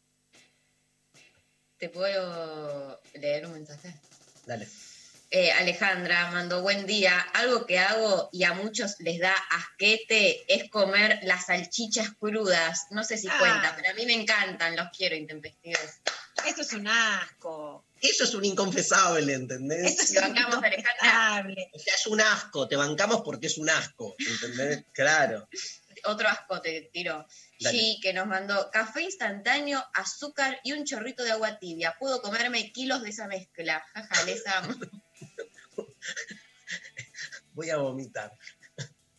¿Te puedo leer un mensaje? Dale. Alejandra mandó, buen día, algo que hago y a muchos les da asquete es comer las salchichas crudas. No sé si cuenta, pero a mí me encantan, los quiero intempestivos. Esto es un asco. Eso es un inconfesable, ¿entendés? Esto es Te un bancamos, Alejandra. inconfesable. O sea, es un asco, te bancamos porque es un asco, ¿entendés? Claro. Otro asco te tiro. Dale. Sí, que nos mandó café instantáneo, azúcar y un chorrito de agua tibia. Puedo comerme kilos de esa mezcla. Jaja, les amo. Voy a vomitar.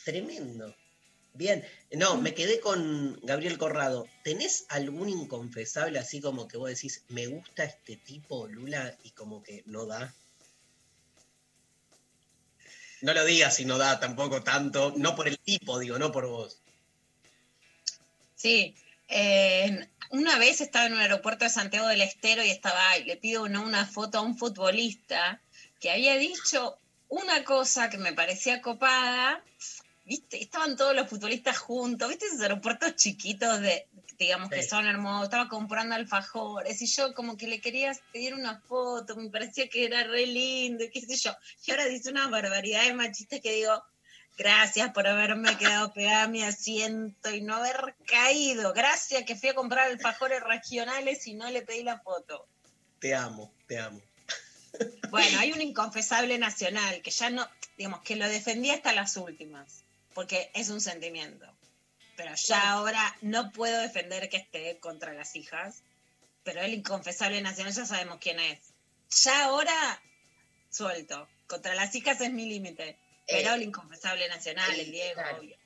Tremendo. Bien. No, me quedé con Gabriel Corrado. ¿Tenés algún inconfesable así como que vos decís, me gusta este tipo, Lula, y como que no da? No lo digas si no da tampoco tanto. No por el tipo, digo, no por vos. Sí. Una vez estaba en un aeropuerto de Santiago del Estero y estaba ahí, le pido una foto a un futbolista que había dicho una cosa que me parecía copada, ¿viste? Estaban todos los futbolistas juntos, ¿viste? Esos aeropuertos chiquitos digamos, Sí. que son hermosos, estaba comprando alfajores y yo como que le quería pedir una foto, me parecía que era re lindo y qué sé yo. Y ahora dice unas barbaridades machistas que digo, gracias por haberme quedado pegada a mi asiento y no haber caído. Gracias que fui a comprar alfajores regionales y no le pedí la foto. Te amo, te amo. Bueno, hay un inconfesable nacional que ya no, digamos, que lo defendí hasta las últimas, porque es un sentimiento. Pero ya ahora no puedo defender que esté contra las hijas, pero el inconfesable nacional ya sabemos quién es. Ya ahora suelto. Contra las hijas es mi límite. Pero el inconfesable nacional, el Diego, claro. obvio.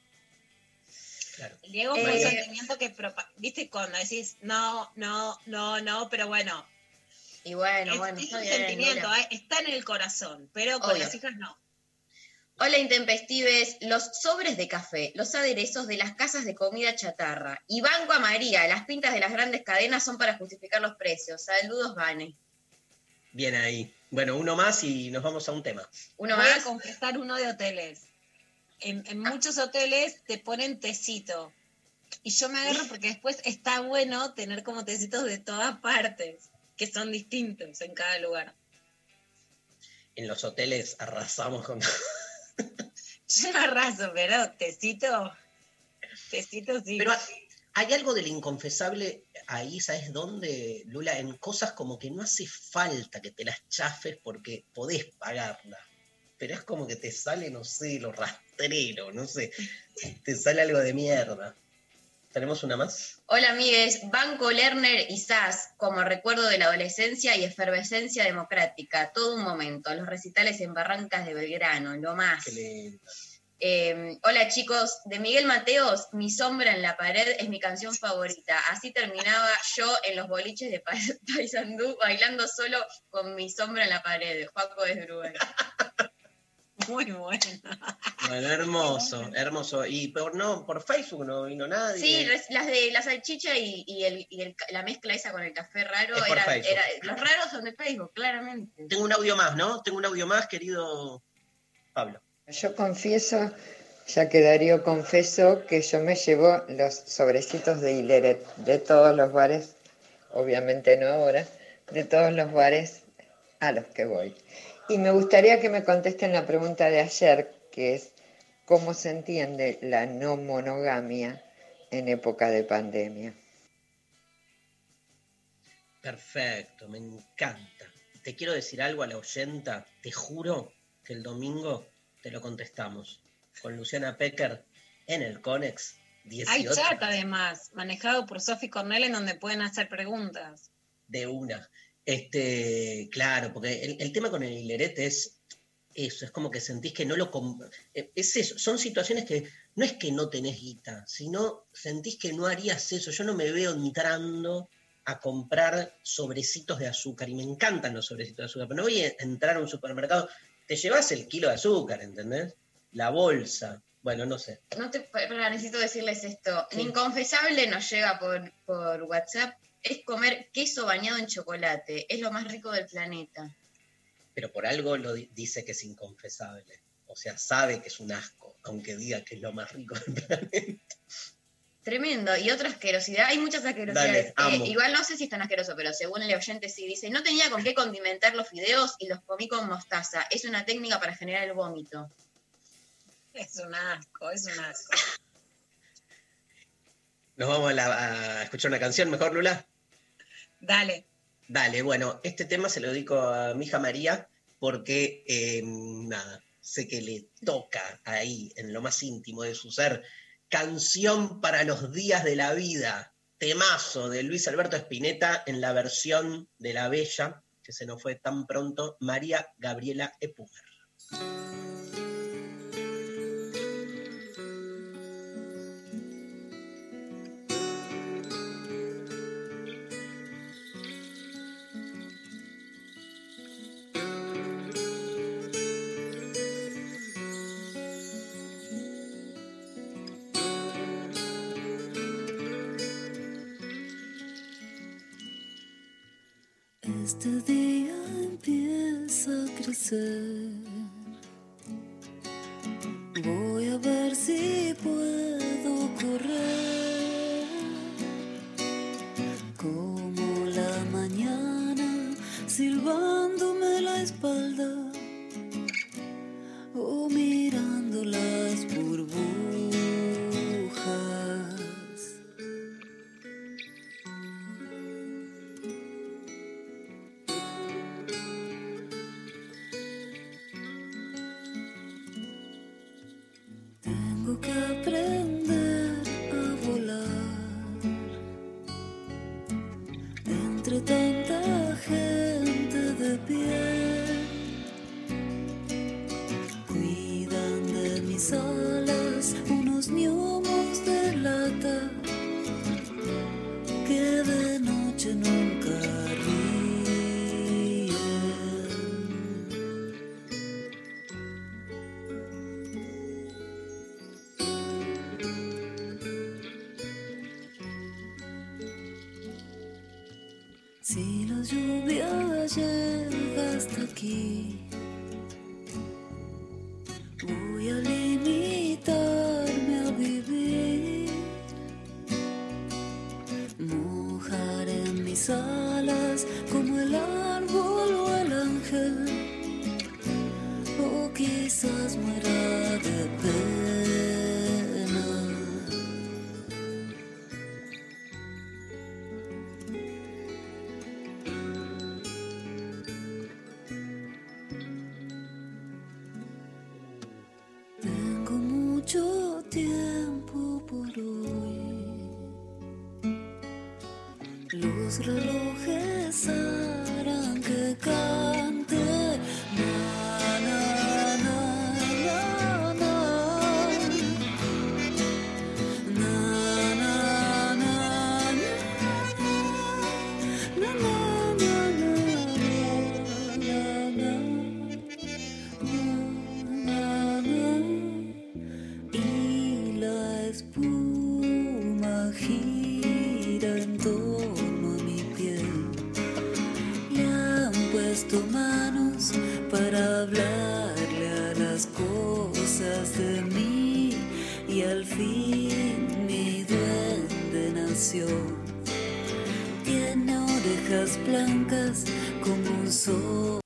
Claro. El Diego fue un sentimiento que, viste, cuando decís no, pero bueno. Y bueno, Es está un bien, sentimiento, mira. está en el corazón, pero con Obvio. las hijas no. Hola intempestives, los sobres de café, los aderezos de las casas de comida chatarra. Y banco a María, las pintas de las grandes cadenas son para justificar los precios. Saludos, Vane. Bien ahí. Bueno, uno más y nos vamos a un tema. Uno Voy más. a confesar uno de hoteles. En muchos hoteles te ponen tecito. Y yo me agarro porque después está bueno tener como tecitos de todas partes, que son distintos en cada lugar. En los hoteles arrasamos con... Yo no arraso, pero tecito sí. Pero hay algo del inconfesable ahí, ¿sabes dónde, Lula? En cosas como que no hace falta que te las chafes porque podés pagarla. Pero es como que te sale, no sé, lo rastrero, no sé. Te sale algo de mierda. ¿Tenemos una más? Hola amigues, Banco Lerner y SAS, como recuerdo de la adolescencia y efervescencia democrática, todo un momento, los recitales en Barrancas de Belgrano, lo más. Qué lindo. Hola chicos, de Miguel Mateos, Mi sombra en la pared es mi canción favorita, así terminaba yo en los boliches de Paysandú bailando solo con Mi sombra en la pared, Juaco de Brugal. Muy bueno. Bueno, hermoso, hermoso. Y por Facebook no vino nadie. Sí, las de la salchicha la mezcla esa con el café raro, Es por Facebook. los raros son de Facebook, claramente. Tengo un audio más, ¿no? Tengo un audio más, querido Pablo. Yo confieso, ya que Darío confesó, que yo me llevo los sobrecitos de Hileret de todos los bares, obviamente no ahora, de todos los bares a los que voy. Y me gustaría que me contesten la pregunta de ayer, que es ¿cómo se entiende la no monogamia en época de pandemia? Perfecto, me encanta. Te quiero decir algo a la oyenta, te juro que el domingo te lo contestamos. Con Luciana Pecker en el Conex 18. Hay chat además, manejado por Sofi Cornell, en donde pueden hacer preguntas. De una. Claro, porque el tema con el hilerete es eso, es como que sentís que no lo... Es eso, son situaciones que no es que no tenés guita, sino sentís que no harías eso. Yo no me veo entrando a comprar sobrecitos de azúcar, y me encantan los sobrecitos de azúcar, pero no voy a entrar a un supermercado, te llevas el kilo de azúcar, ¿entendés? La bolsa, bueno, no sé. Pero necesito decirles esto, Sí. mi inconfesable nos llega por WhatsApp, es comer queso bañado en chocolate, es lo más rico del planeta. Pero por algo dice que es inconfesable. O sea, sabe que es un asco, aunque diga que es lo más rico del planeta. Tremendo, y otra asquerosidad, hay muchas asquerosidades. Dale, amo. Igual no sé si es tan asqueroso, pero según el oyente sí dice, no tenía con qué condimentar los fideos y los comí con mostaza. Es una técnica para generar el vómito. Es un asco. Nos vamos a escuchar una canción, mejor, Lula. Dale. Dale, bueno, este tema se lo dedico a mi hija María, porque, sé que le toca ahí, en lo más íntimo de su ser, Canción para los días de la vida, temazo de Luis Alberto Spinetta en la versión de la bella, que se nos fue tan pronto, María Gabriela Epumer. Este día empieza a crecer. Voy a ver si puedo correr como la mañana, silbándome la espalda o mirando las burbujas. Tengo que aprender a volar entre tanta gente de pie. Cuidan de mis alas unos gnomos de lata que de noche nunca ríen. Si la lluvia llega hasta aquí, voy a limitarme a vivir. Mojaré mis alas como el árbol o el ángel, o quizás muera de pena. Tengo mucho tiempo por hoy. Los relojes harán que cante. Na, na, na, na, na. Na, na, na, na, na, na, na, na. Y la espuma gira en torno a mi piel. Le han puesto manos para hablarle a las cosas de mí, y al fin mi duende nació. Tiene orejas blancas como un soplo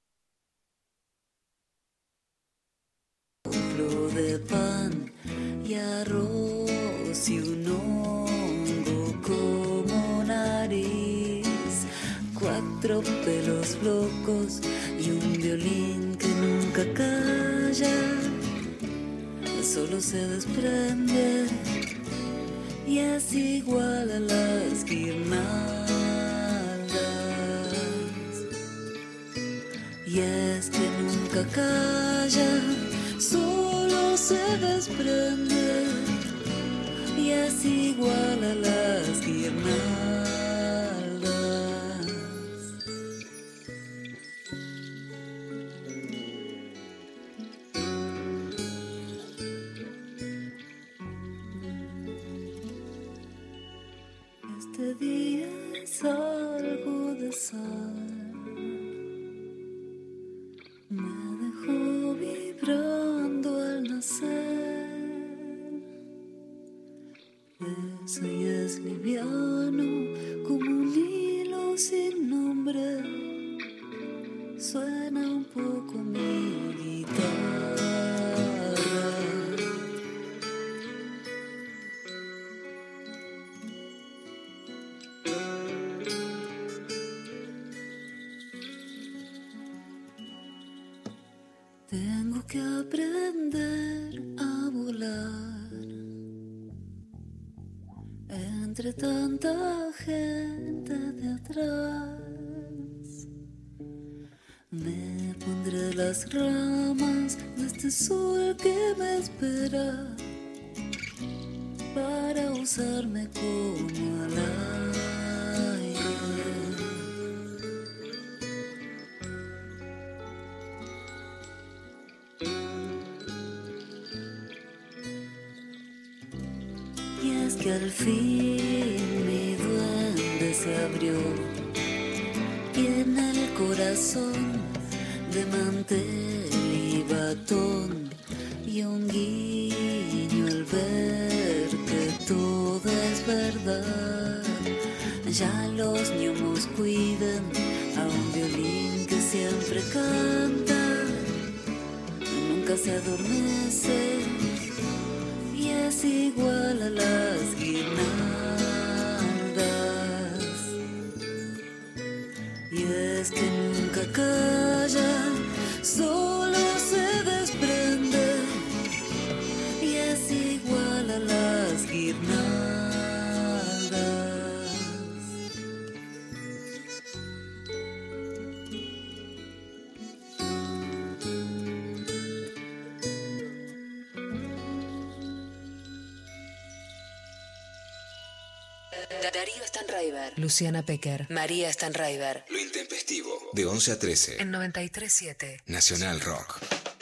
de pan y arroz y un hongo como nariz, 4 pelos locos y un violín que nunca calla, solo se desprende y es igual a las guirnaldas. Y es que nunca calla, solo se desprende y es igual a las guirnaldas. Este día es algo de sal, me dejó vibrando al nacer. Eso y es liviano como un hilo sin nombre. Suena un poco mi guitarra. Tengo que aprender a volar entre tanta gente de atrás. Me pondré las ramas de este sol que me espera para usarme como al aire. Y es que al fin mi duende se abrió. y en el corazón de mantel y batón y un guiño al ver que todo es verdad. Ya los ñomos cuidan a un violín que siempre canta, nunca se adormece y es igual a las guirnaldas. Y es que nunca calla, solo se desprende y es igual a las guirnaldas. Darío Stanraiver, Luciana Pecker, María Stanraiver. Lo intempestivo. De 11 a 13. En 93.7. Nacional Rock.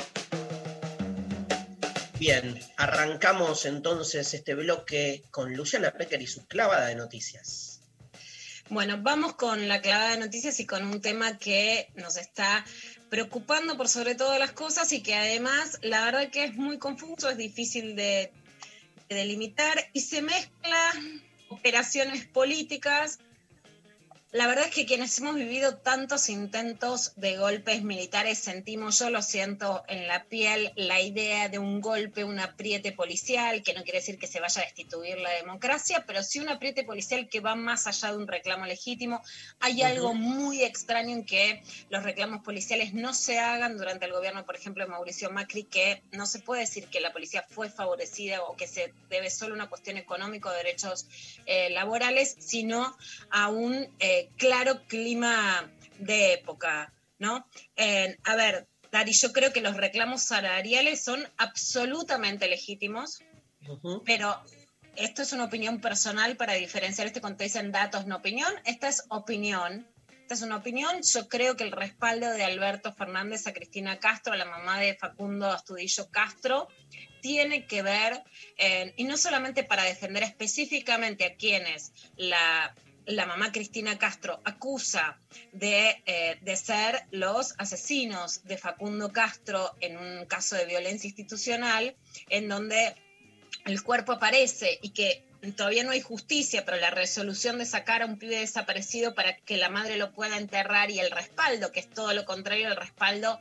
Bien, arrancamos entonces este bloque con Luciana Pecker y su clavada de noticias. Bueno, vamos con la clavada de noticias y con un tema que nos está preocupando por sobre todas las cosas y que además la verdad que es muy confuso, es difícil de delimitar y se mezcla operaciones políticas. La verdad es que quienes hemos vivido tantos intentos de golpes militares sentimos, yo lo siento en la piel, la idea de un golpe, un apriete policial, que no quiere decir que se vaya a destituir la democracia, pero sí un apriete policial que va más allá de un reclamo legítimo. Hay algo muy extraño en que los reclamos policiales no se hagan durante el gobierno, por ejemplo, de Mauricio Macri, que no se puede decir que la policía fue favorecida o que se debe solo a una cuestión económica o de derechos laborales, sino a un claro clima de época, ¿no? A ver, Dari, yo creo que los reclamos salariales son absolutamente legítimos, pero esto es una opinión personal para diferenciar cuando te dicen datos, no opinión. Esta es opinión. Esta es una opinión. Yo creo que el respaldo de Alberto Fernández a Cristina Castro, a la mamá de Facundo Astudillo Castro, tiene que ver, y no solamente para defender específicamente a quienes la mamá Cristina Castro acusa de ser los asesinos de Facundo Castro en un caso de violencia institucional, en donde el cuerpo aparece y que todavía no hay justicia, pero la resolución de sacar a un pibe desaparecido para que la madre lo pueda enterrar y el respaldo, que es todo lo contrario al respaldo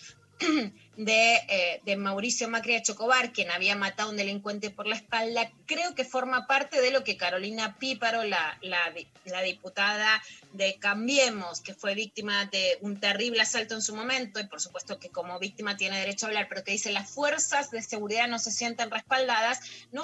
de Mauricio Macri a Chocobar, quien había matado a un delincuente por la espalda, creo que forma parte de lo que Carolina Píparo, la diputada de Cambiemos, que fue víctima de un terrible asalto en su momento, y por supuesto que como víctima tiene derecho a hablar, pero que dice las fuerzas de seguridad no se sienten respaldadas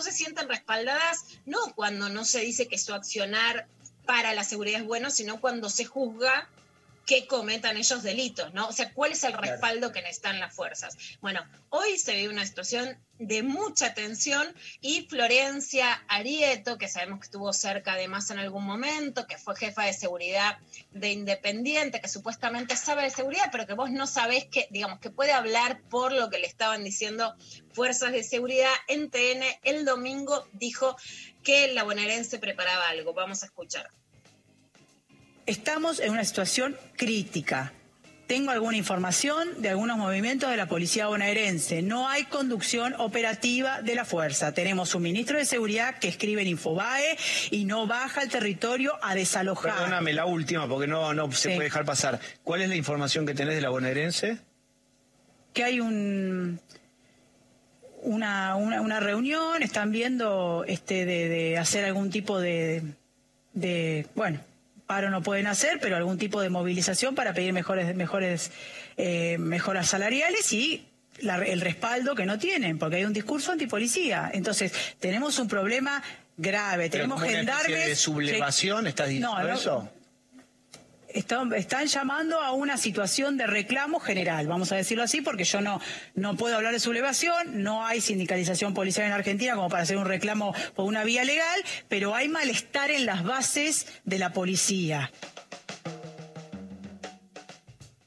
no cuando no se dice que su accionar para la seguridad es bueno, sino cuando se juzga que cometan ellos delitos, ¿no? O sea, ¿cuál es el respaldo que necesitan las fuerzas? Bueno, hoy se vive una situación de mucha tensión y Florencia Arieto, que sabemos que estuvo cerca de Massa en algún momento, que fue jefa de seguridad de Independiente, que supuestamente sabe de seguridad, pero que vos no sabés que, digamos, que puede hablar por lo que le estaban diciendo fuerzas de seguridad en TN, el domingo dijo que la bonaerense preparaba algo. Vamos a escuchar. Estamos en una situación crítica. Tengo alguna información de algunos movimientos de la policía bonaerense. No hay conducción operativa de la fuerza. Tenemos un ministro de seguridad que escribe en Infobae y no baja al territorio a desalojar. Perdóname, la última, porque no se puede dejar pasar. ¿Cuál es la información que tenés de la bonaerense? Que hay una reunión, están viendo de hacer algún tipo de paro no pueden hacer, pero algún tipo de movilización para pedir mejoras salariales y el respaldo que no tienen, porque hay un discurso antipolicía. Entonces, tenemos un problema grave. Tenemos gendarmes... ¿De sublevación estás diciendo eso? Están llamando a una situación de reclamo general, vamos a decirlo así, porque yo no puedo hablar de sublevación, no hay sindicalización policial en Argentina como para hacer un reclamo por una vía legal, pero hay malestar en las bases de la policía.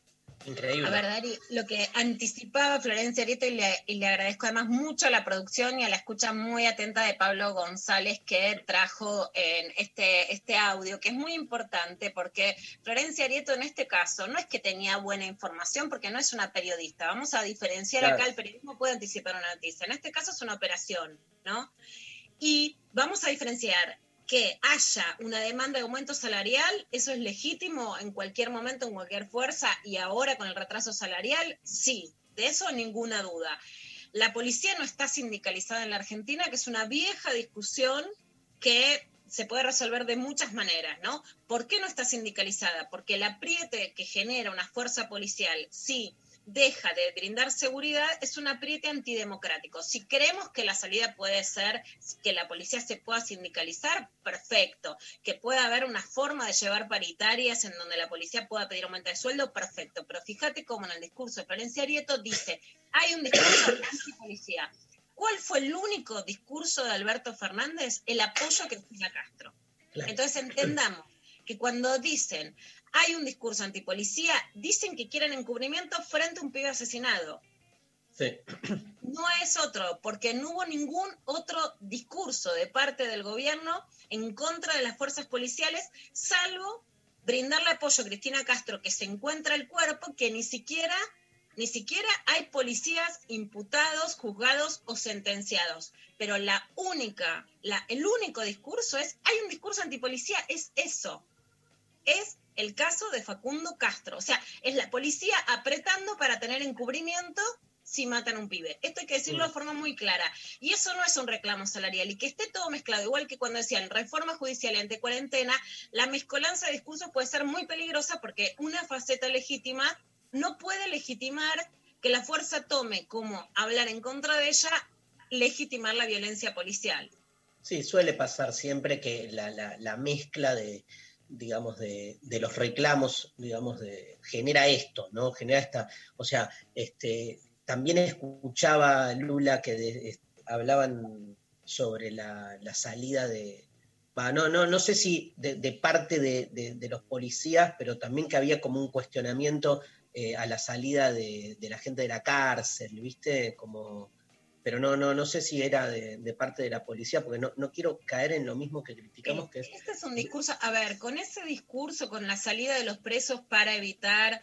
Increíble. A ver, Dari, lo que anticipaba Florencia Arieto, y le agradezco además mucho a la producción y a la escucha muy atenta de Pablo González, que trajo en este audio, que es muy importante, porque Florencia Arieto en este caso no es que tenía buena información, porque no es una periodista. Vamos a diferenciar Claro. acá, el periodismo puede anticipar una noticia. En este caso es una operación, ¿no? Y vamos a diferenciar que haya una demanda de aumento salarial, eso es legítimo en cualquier momento, en cualquier fuerza, y ahora con el retraso salarial, sí, de eso ninguna duda. La policía no está sindicalizada en la Argentina, que es una vieja discusión que se puede resolver de muchas maneras, ¿no? ¿Por qué no está sindicalizada? Porque el apriete que genera una fuerza policial, sí, deja de brindar seguridad, es un apriete antidemocrático. Si creemos que la salida puede ser que la policía se pueda sindicalizar, perfecto. Que pueda haber una forma de llevar paritarias en donde la policía pueda pedir aumento de sueldo, perfecto. Pero fíjate cómo en el discurso de Florencia Arieto dice, hay un discurso antipolicía. ¿Cuál fue el único discurso de Alberto Fernández? El apoyo a Cristina Castro. Claro. Entonces entendamos que cuando dicen hay un discurso antipolicía, dicen que quieren encubrimiento frente a un pibe asesinado. Sí. No es otro, porque no hubo ningún otro discurso de parte del gobierno en contra de las fuerzas policiales, salvo brindarle apoyo a Cristina Castro, que se encuentra el cuerpo, que ni siquiera hay policías imputados, juzgados o sentenciados. Pero el único discurso hay un discurso antipolicía, es eso. Es el caso de Facundo Castro. O sea, es la policía apretando para tener encubrimiento si matan a un pibe. Esto hay que decirlo de forma muy clara. Y eso no es un reclamo salarial. Y que esté todo mezclado, igual que cuando decían reforma judicial y ante cuarentena, la mezcolanza de discursos puede ser muy peligrosa porque una faceta legítima no puede legitimar que la fuerza tome como hablar en contra de ella, legitimar la violencia policial. Sí, suele pasar siempre que la mezcla de los reclamos, genera esto, ¿no? Genera esta, o sea, también escuchaba, Lula, que hablaban sobre la salida de, no sé si de parte de los policías, pero también que había como un cuestionamiento a la salida de la gente de la cárcel, ¿viste? Pero no sé si era de parte de la policía, porque no quiero caer en lo mismo que criticamos, que es... Este es un discurso, a ver, con ese discurso, con la salida de los presos para evitar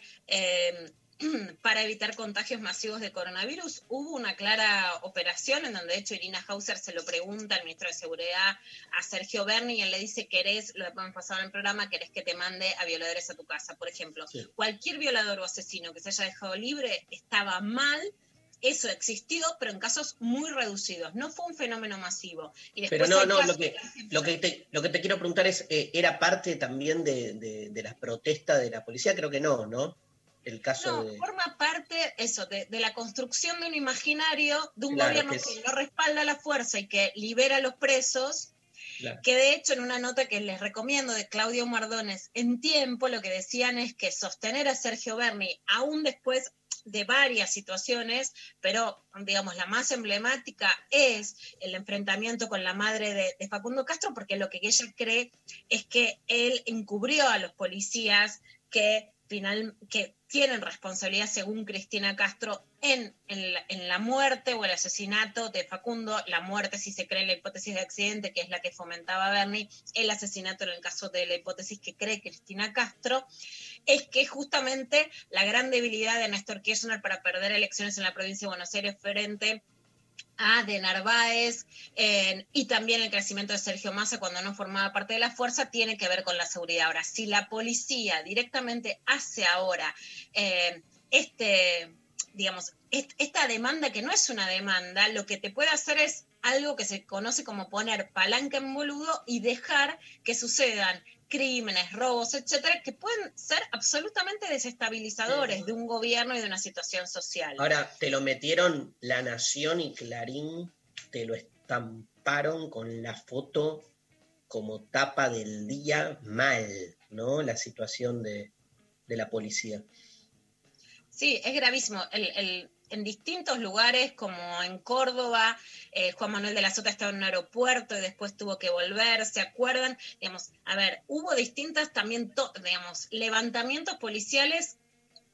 contagios masivos de coronavirus, hubo una clara operación en donde de hecho Irina Hauser se lo pregunta al ministro de Seguridad, a Sergio Berni, y él le dice, lo hemos pasado en el programa, ¿querés que te mande a violadores a tu casa? Por ejemplo, sí. Cualquier violador o asesino que se haya dejado libre estaba mal. Eso existió, pero en casos muy reducidos. No fue un fenómeno masivo. Y pero lo que te quiero preguntar es, ¿era parte también de las protestas de la policía? Creo que no. El caso forma parte de la construcción de un imaginario de un gobierno que no respalda la fuerza y que libera a los presos. Claro. Que de hecho en una nota que les recomiendo de Claudio Mardones en Tiempo, lo que decían es que sostener a Sergio Berni aún después de varias situaciones, pero digamos la más emblemática es el enfrentamiento con la madre de Facundo Castro, porque lo que ella cree es que él encubrió a los policías que tienen responsabilidad, según Cristina Castro, en la muerte o el asesinato de Facundo, la muerte si se cree en la hipótesis de accidente, que es la que fomentaba Berni, el asesinato en el caso de la hipótesis que cree Cristina Castro, es que justamente la gran debilidad de Néstor Kirchner para perder elecciones en la provincia de Buenos Aires frente a de Narváez y también el crecimiento de Sergio Massa cuando no formaba parte de la fuerza tiene que ver con la seguridad. Ahora, si la policía directamente hace ahora esta demanda, que no es una demanda, lo que te puede hacer es algo que se conoce como poner palanca en boludo y dejar que sucedan crímenes, robos, etcétera, que pueden ser absolutamente desestabilizadores de un gobierno y de una situación social. Ahora, te lo metieron La Nación y Clarín, te lo estamparon con la foto como tapa del día mal, ¿no? La situación de la policía. Sí, es gravísimo. En distintos lugares, como en Córdoba, Juan Manuel de la Sota estaba en un aeropuerto y después tuvo que volver, ¿se acuerdan? Hubo distintas también, levantamientos policiales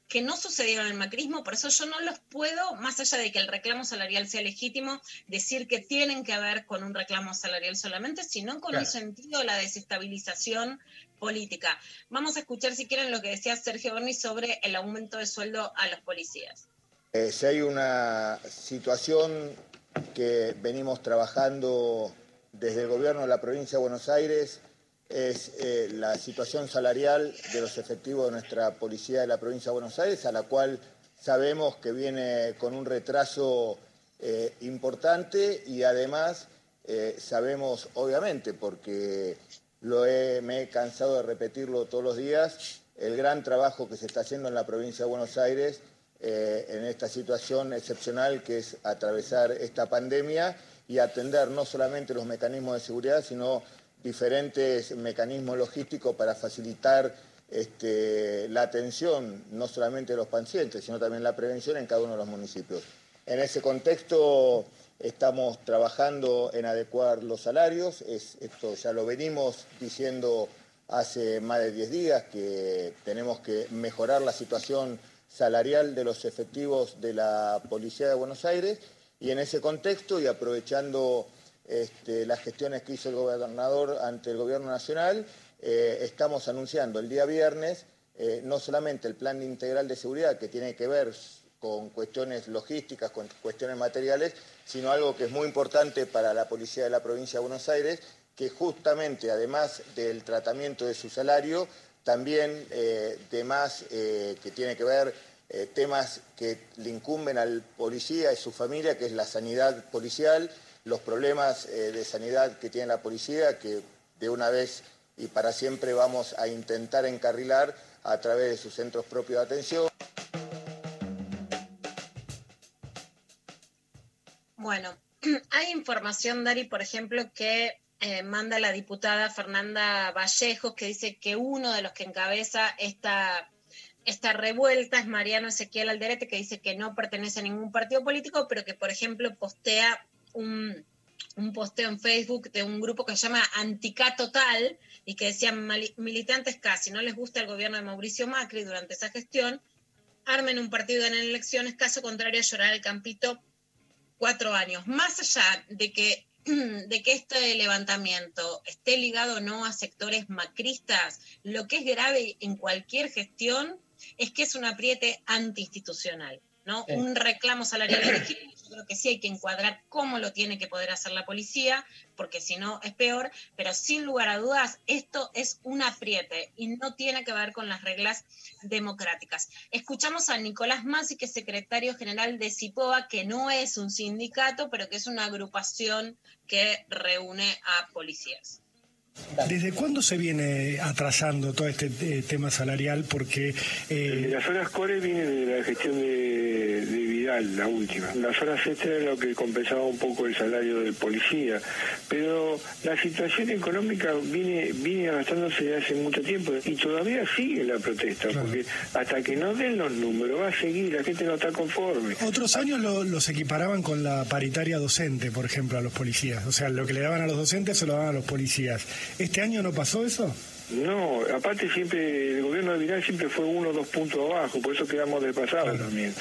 que no sucedieron en el macrismo, por eso yo no los puedo, más allá de que el reclamo salarial sea legítimo, decir que tienen que ver con un reclamo salarial solamente, sino con un sentido de la desestabilización política. Vamos a escuchar, si quieren, lo que decía Sergio Berni sobre el aumento de sueldo a los policías. Si hay una situación que venimos trabajando desde el gobierno de la provincia de Buenos Aires, es la situación salarial de los efectivos de nuestra policía de la provincia de Buenos Aires, a la cual sabemos que viene con un retraso importante y además sabemos, obviamente, porque me he cansado de repetirlo todos los días, el gran trabajo que se está haciendo en la provincia de Buenos Aires en esta situación excepcional que es atravesar esta pandemia y atender no solamente los mecanismos de seguridad, sino diferentes mecanismos logísticos para facilitar la atención, no solamente de los pacientes, sino también la prevención en cada uno de los municipios. En ese contexto estamos trabajando en adecuar los salarios, esto ya lo venimos diciendo hace más de 10 días, que tenemos que mejorar la situación salarial de los efectivos de la Policía de Buenos Aires, y en ese contexto y aprovechando las gestiones que hizo el gobernador ante el gobierno nacional, estamos anunciando el día viernes no solamente el plan integral de seguridad que tiene que ver con cuestiones logísticas, con cuestiones materiales, sino algo que es muy importante para la policía de la provincia de Buenos Aires, que justamente además del tratamiento de su salario, también temas que tiene que ver temas que le incumben al policía y su familia, que es la sanidad policial, los problemas de sanidad que tiene la policía, que de una vez y para siempre vamos a intentar encarrilar a través de sus centros propios de atención. Bueno, hay información, Dari, por ejemplo, que manda la diputada Fernanda Vallejos, que dice que uno de los que encabeza esta revuelta es Mariano Ezequiel Alderete, que dice que no pertenece a ningún partido político, pero que, por ejemplo, postea un posteo en Facebook de un grupo que se llama Antica Total y que decían militantes si no les gusta el gobierno de Mauricio Macri durante esa gestión, armen un partido en elecciones, caso contrario a llorar el campito 4 años. Más allá de que este levantamiento esté ligado o no a sectores macristas, lo que es grave en cualquier gestión es que es un apriete antiinstitucional, ¿no? Un reclamo salarial legítimo, yo creo que sí hay que encuadrar cómo lo tiene que poder hacer la policía, porque si no es peor, pero sin lugar a dudas esto es un apriete y no tiene que ver con las reglas democráticas. Escuchamos a Nicolás Masi, que es secretario general de CIPOA, que no es un sindicato, pero que es una agrupación que reúne a policías. ¿Desde cuándo se viene atrasando todo este tema salarial? Porque las horas core vienen de la gestión de Vidal, la última. Las horas extras era lo que compensaba un poco el salario del policía, pero la situación económica viene arrastrándose desde hace mucho tiempo y todavía sigue la protesta, porque hasta que no den los números va a seguir, la gente no está conforme. Otros años los equiparaban con la paritaria docente, por ejemplo, a los policías. O sea, lo que le daban a los docentes se lo daban a los policías. ¿Este año no pasó eso? No, aparte siempre el gobierno de Vidal siempre fue 1 o 2 puntos abajo, por eso quedamos despasados también.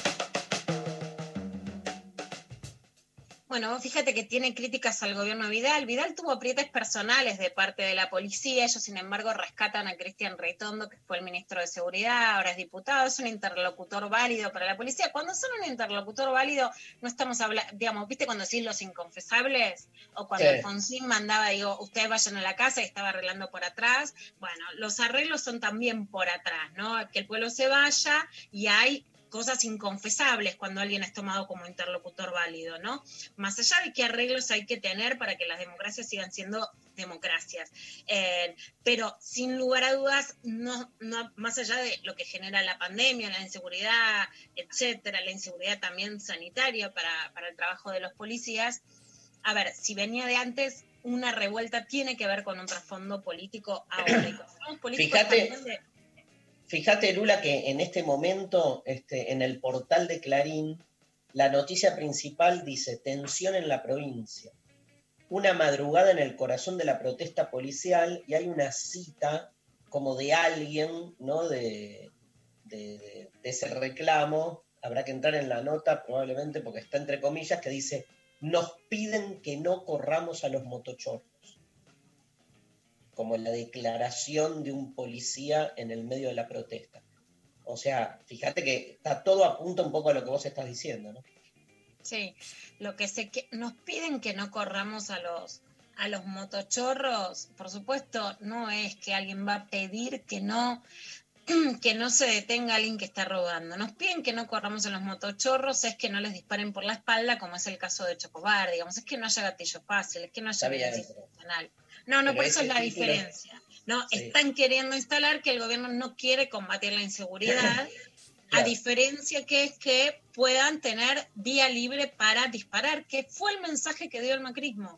Bueno, fíjate que tiene críticas al gobierno de Vidal. Vidal tuvo aprietes personales de parte de la policía. Ellos, sin embargo, rescatan a Cristian Reitondo, que fue el ministro de Seguridad, ahora es diputado, es un interlocutor válido para la policía. Cuando son un interlocutor válido, no estamos hablando, digamos, ¿viste cuando decís los inconfesables? O cuando Alfonsín mandaba, digo, ustedes vayan a la casa y estaba arreglando por atrás. Bueno, los arreglos son también por atrás, ¿no? Que el pueblo se vaya y hay cosas inconfesables cuando alguien es tomado como interlocutor válido, ¿no? Más allá de qué arreglos hay que tener para que las democracias sigan siendo democracias. Pero sin lugar a dudas, no, más allá de lo que genera la pandemia, la inseguridad, etcétera, la inseguridad también sanitaria para el trabajo de los policías, a ver, si venía de antes, una revuelta tiene que ver con un trasfondo político ahora. Y con políticos Fíjate, Lula, que en este momento, en el portal de Clarín, la noticia principal dice: tensión en la provincia. Una madrugada en el corazón de la protesta policial, y hay una cita como de alguien, ¿no? de de ese reclamo, habrá que entrar en la nota probablemente porque está entre comillas, que dice: nos piden que no corramos a los motochorros. Como la declaración de un policía en el medio de la protesta. O sea, fíjate que está todo apunta un poco a lo que vos estás diciendo, ¿no? Sí, nos piden que no corramos a los motochorros, por supuesto, no es que alguien va a pedir que no se detenga a alguien que está robando. Nos piden que no corramos a los motochorros, es que no les disparen por la espalda, como es el caso de Chocobar, digamos, es que no haya gatillo fácil, es que no haya violencia institucional. No, Pero por eso es la título... diferencia. No, sí. Están queriendo instalar que el gobierno no quiere combatir la inseguridad, a diferencia que es que puedan tener vía libre para disparar, que fue el mensaje que dio el macrismo.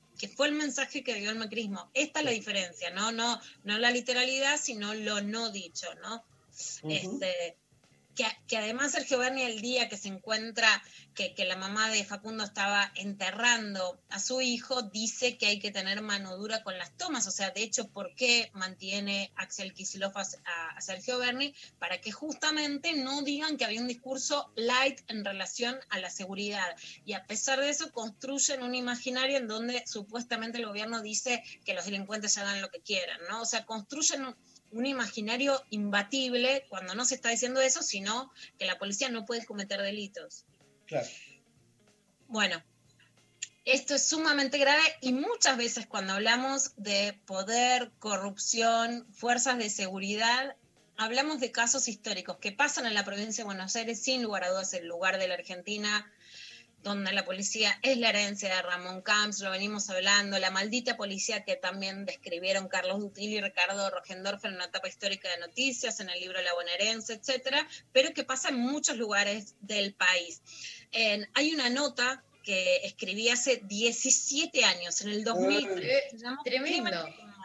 Esta es la diferencia, no la literalidad, sino lo no dicho, ¿no? Uh-huh. Que además Sergio Berni, el día que se encuentra que la mamá de Facundo estaba enterrando a su hijo, dice que hay que tener mano dura con las tomas. O sea, de hecho, ¿por qué mantiene Axel Kicillof a Sergio Berni? Para que justamente no digan que había un discurso light en relación a la seguridad. Y a pesar de eso, construyen un imaginario en donde supuestamente el gobierno dice que los delincuentes hagan lo que quieran, ¿no? O sea, construyen un imaginario imbatible cuando no se está diciendo eso, sino que la policía no puede cometer delitos. Claro. Bueno, esto es sumamente grave y muchas veces cuando hablamos de poder, corrupción, fuerzas de seguridad, hablamos de casos históricos que pasan en la provincia de Buenos Aires, sin lugar a dudas el lugar de la Argentina donde la policía es la herencia de Ramón Camps, lo venimos hablando, la maldita policía que también describieron Carlos Dutil y Ricardo Rogendorfer en una etapa histórica de noticias, en el libro La Bonaerense, etcétera, pero que pasa en muchos lugares del país. Hay una nota que escribí hace 17 años, en el 2003, se llama Tremendo.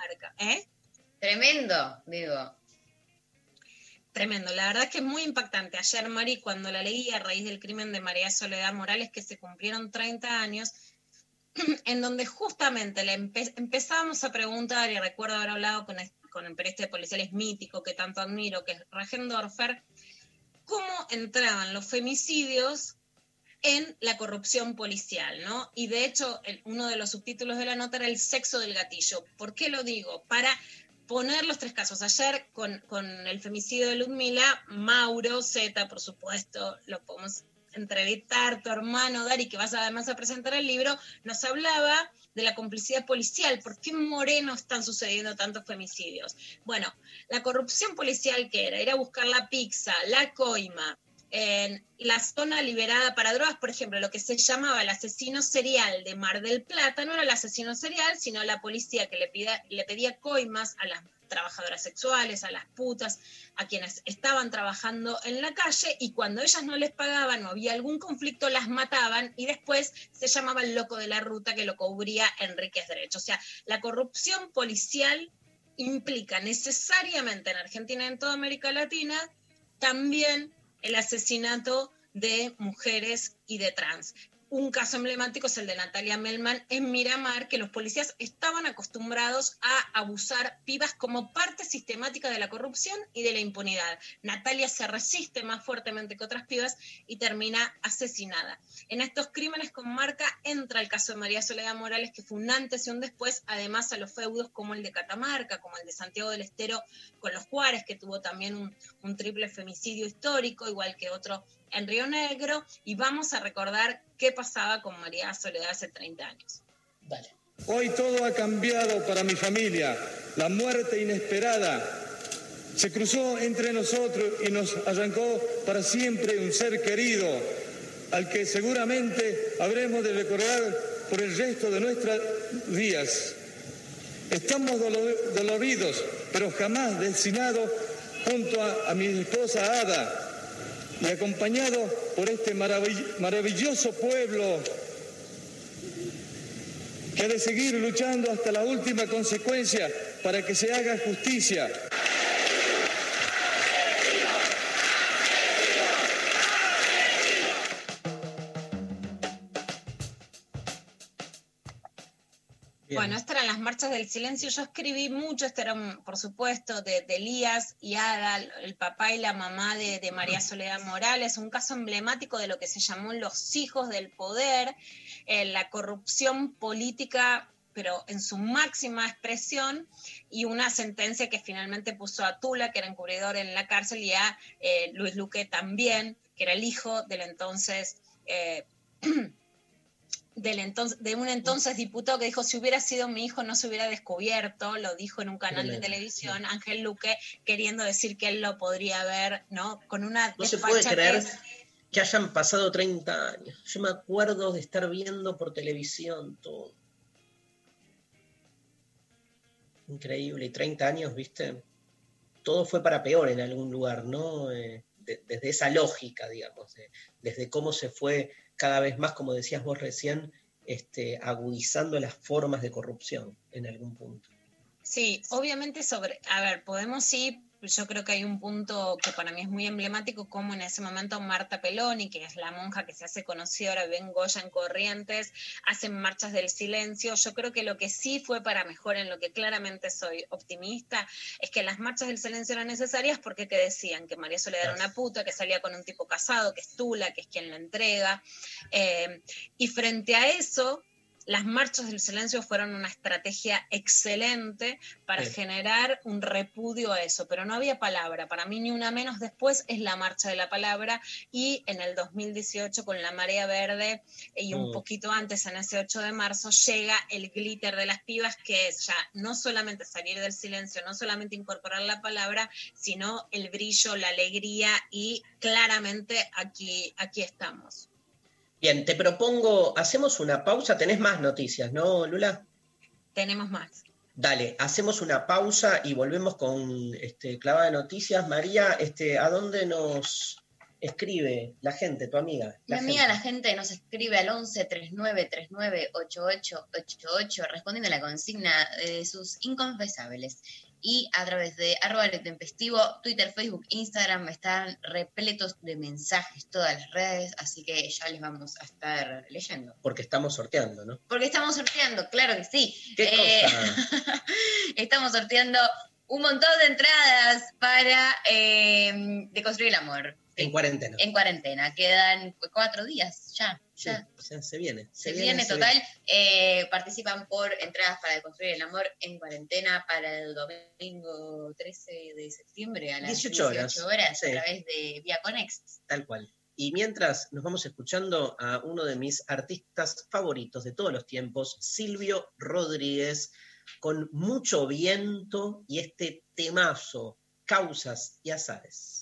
Tremendo, digo. Tremendo, la verdad es que es muy impactante. Ayer, Mari, cuando la leí a raíz del crimen de María Soledad Morales, que se cumplieron 30 años, en donde justamente empezábamos a preguntar, y recuerdo haber hablado con el periodista de policiales mítico que tanto admiro, que es Rogendorfer, cómo entraban los femicidios en la corrupción policial, ¿no? Y de hecho, uno de los subtítulos de la nota era el sexo del gatillo. ¿Por qué lo digo? Para poner los tres casos. Ayer, con el femicidio de Ludmila, Mauro Zeta, por supuesto, lo podemos entrevistar, tu hermano Dari, que vas además a presentar el libro, nos hablaba de la complicidad policial. ¿Por qué en Moreno están sucediendo tantos femicidios? Bueno, la corrupción policial, ¿qué era? Era buscar la pizza, la coima, en la zona liberada para drogas, por ejemplo, lo que se llamaba el asesino serial de Mar del Plata, no era el asesino serial, sino la policía que le pedía coimas a las trabajadoras sexuales, a las putas, a quienes estaban trabajando en la calle, y cuando ellas no les pagaban o había algún conflicto, las mataban, y después se llamaba el loco de la ruta, que lo cubría Enríquez Derecho. O sea, la corrupción policial implica necesariamente en Argentina y en toda América Latina también el asesinato de mujeres y de trans. Un caso emblemático es el de Natalia Melman en Miramar, que los policías estaban acostumbrados a abusar pibas como parte sistemática de la corrupción y de la impunidad. Natalia se resiste más fuertemente que otras pibas y termina asesinada. En estos crímenes con marca entra el caso de María Soledad Morales, que fue un antes y un después, además a los feudos como el de Catamarca, como el de Santiago del Estero con los Juárez, que tuvo también un triple femicidio histórico, igual que otro en Río Negro, y vamos a recordar qué pasaba con María Soledad hace 30 años. Dale. Hoy todo ha cambiado para mi familia. La muerte inesperada se cruzó entre nosotros y nos arrancó para siempre un ser querido, al que seguramente habremos de recordar por el resto de nuestros días. Estamos doloridos, pero jamás destinados, junto a mi esposa Ada, y acompañado por este maravilloso pueblo que ha de seguir luchando hasta la última consecuencia para que se haga justicia. Bien. Bueno, estas eran las marchas del silencio. Yo escribí mucho, este era, por supuesto, de Elías y Ada, el papá y la mamá de María Soledad Morales, un caso emblemático de lo que se llamó los hijos del poder, la corrupción política, pero en su máxima expresión, y una sentencia que finalmente puso a Tula, que era encubridor, en la cárcel, y a Luis Luque también, que era el hijo del entonces... de un entonces diputado que dijo, si hubiera sido mi hijo no se hubiera descubierto, lo dijo en un canal de televisión, Ángel Luque, queriendo decir que él lo podría ver, ¿no? Con una No se puede creer desfachatez. que hayan pasado 30 años. Yo me acuerdo de estar viendo por televisión todo. Increíble, y 30 años, ¿viste? Todo fue para peor en algún lugar, ¿no? Desde esa lógica, digamos, desde cómo se fue cada vez más, como decías vos recién, agudizando las formas de corrupción en algún punto. Sí, obviamente podemos sí, yo creo que hay un punto que para mí es muy emblemático, como en ese momento Marta Peloni, que es la monja que se hace conocida ahora, vive en Goya, en Corrientes, hacen marchas del silencio. Yo creo que lo que sí fue para mejor, en lo que claramente soy optimista, es que las marchas del silencio eran necesarias porque que decían que María Soledad era una puta, que salía con un tipo casado, que es Tula, que es quien la entrega, y frente a eso, las marchas del silencio fueron una estrategia excelente para generar un repudio a eso, pero no había palabra. Para mí, ni una menos después es la marcha de la palabra, y en el 2018 con la Marea Verde y un poquito antes, en ese 8 de marzo, llega el glitter de las pibas, que es ya no solamente salir del silencio, no solamente incorporar la palabra, sino el brillo, la alegría, y claramente aquí estamos. Bien, te propongo, hacemos una pausa, tenés más noticias, ¿no, Lula? Tenemos más. Dale, hacemos una pausa y volvemos con Clavada de Noticias. María, ¿a dónde nos escribe la gente, tu amiga? La gente nos escribe al 11 39 39 88 88 respondiendo a la consigna de sus inconfesables. Y a través de @intempestivo, Twitter, Facebook, Instagram, están repletos de mensajes, todas las redes, así que ya les vamos a estar leyendo. Porque estamos sorteando, ¿no? Porque estamos sorteando, claro que sí. ¿Qué cosa? Estamos sorteando un montón de entradas para Deconstruir el Amor. En cuarentena. En cuarentena. Quedan 4 días ya. Sí, o sea, se viene. Se viene total. Participan por entradas para Deconstruir el Amor en cuarentena para el domingo 13 de septiembre a las 18 horas sí. A través de Vía Conext. Tal cual. Y mientras nos vamos escuchando a uno de mis artistas favoritos de todos los tiempos, Silvio Rodríguez, con Mucho Viento y este temazo, Causas y Azares.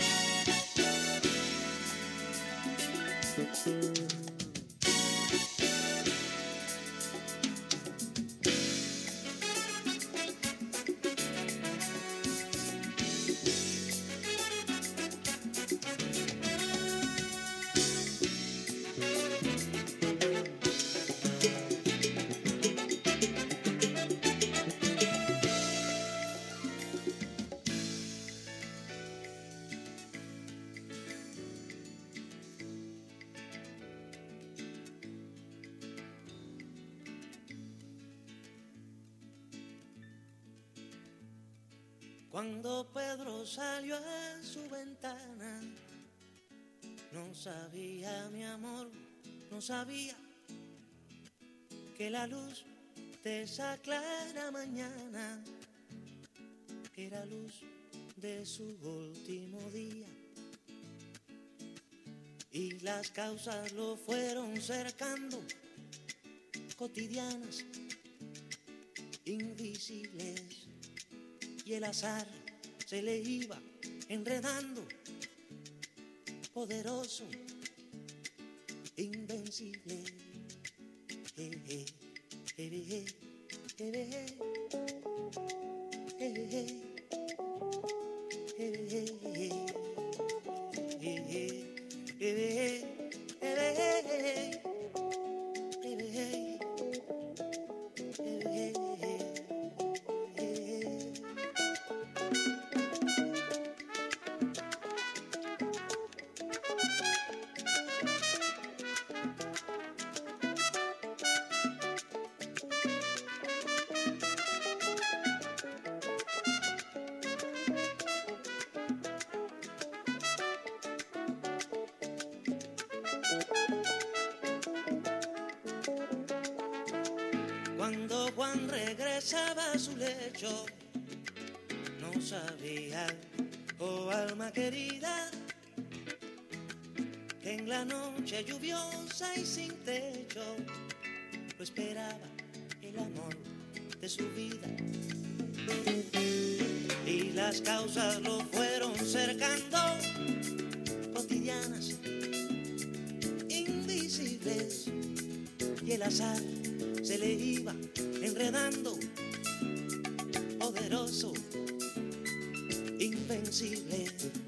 Cuando Pedro salió a su ventana, no sabía, mi amor, no sabía que la luz de esa clara mañana era luz de su último día. Y las causas lo fueron cercando, cotidianas, invisibles. Y el azar se le iba enredando, poderoso, invencible. Juan regresaba a su lecho, no sabía, oh alma querida, que en la noche lluviosa y sin techo lo esperaba el amor de su vida. Y las causas lo fueron cercando, cotidianas, invisibles, y el azar se le iba enredando, poderoso, invencible.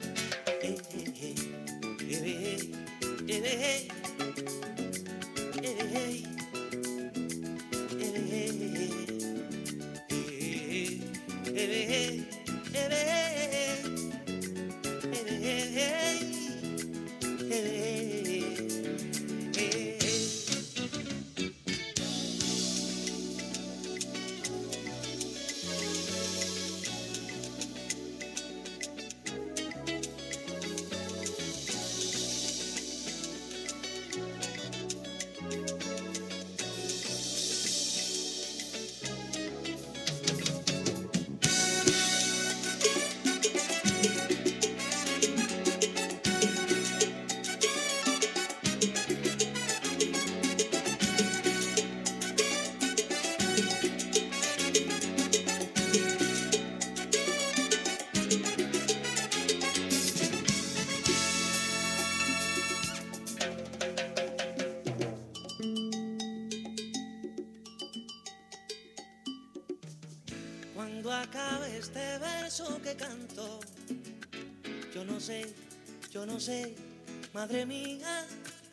Cuando acabe este verso que canto, yo no sé, madre mía,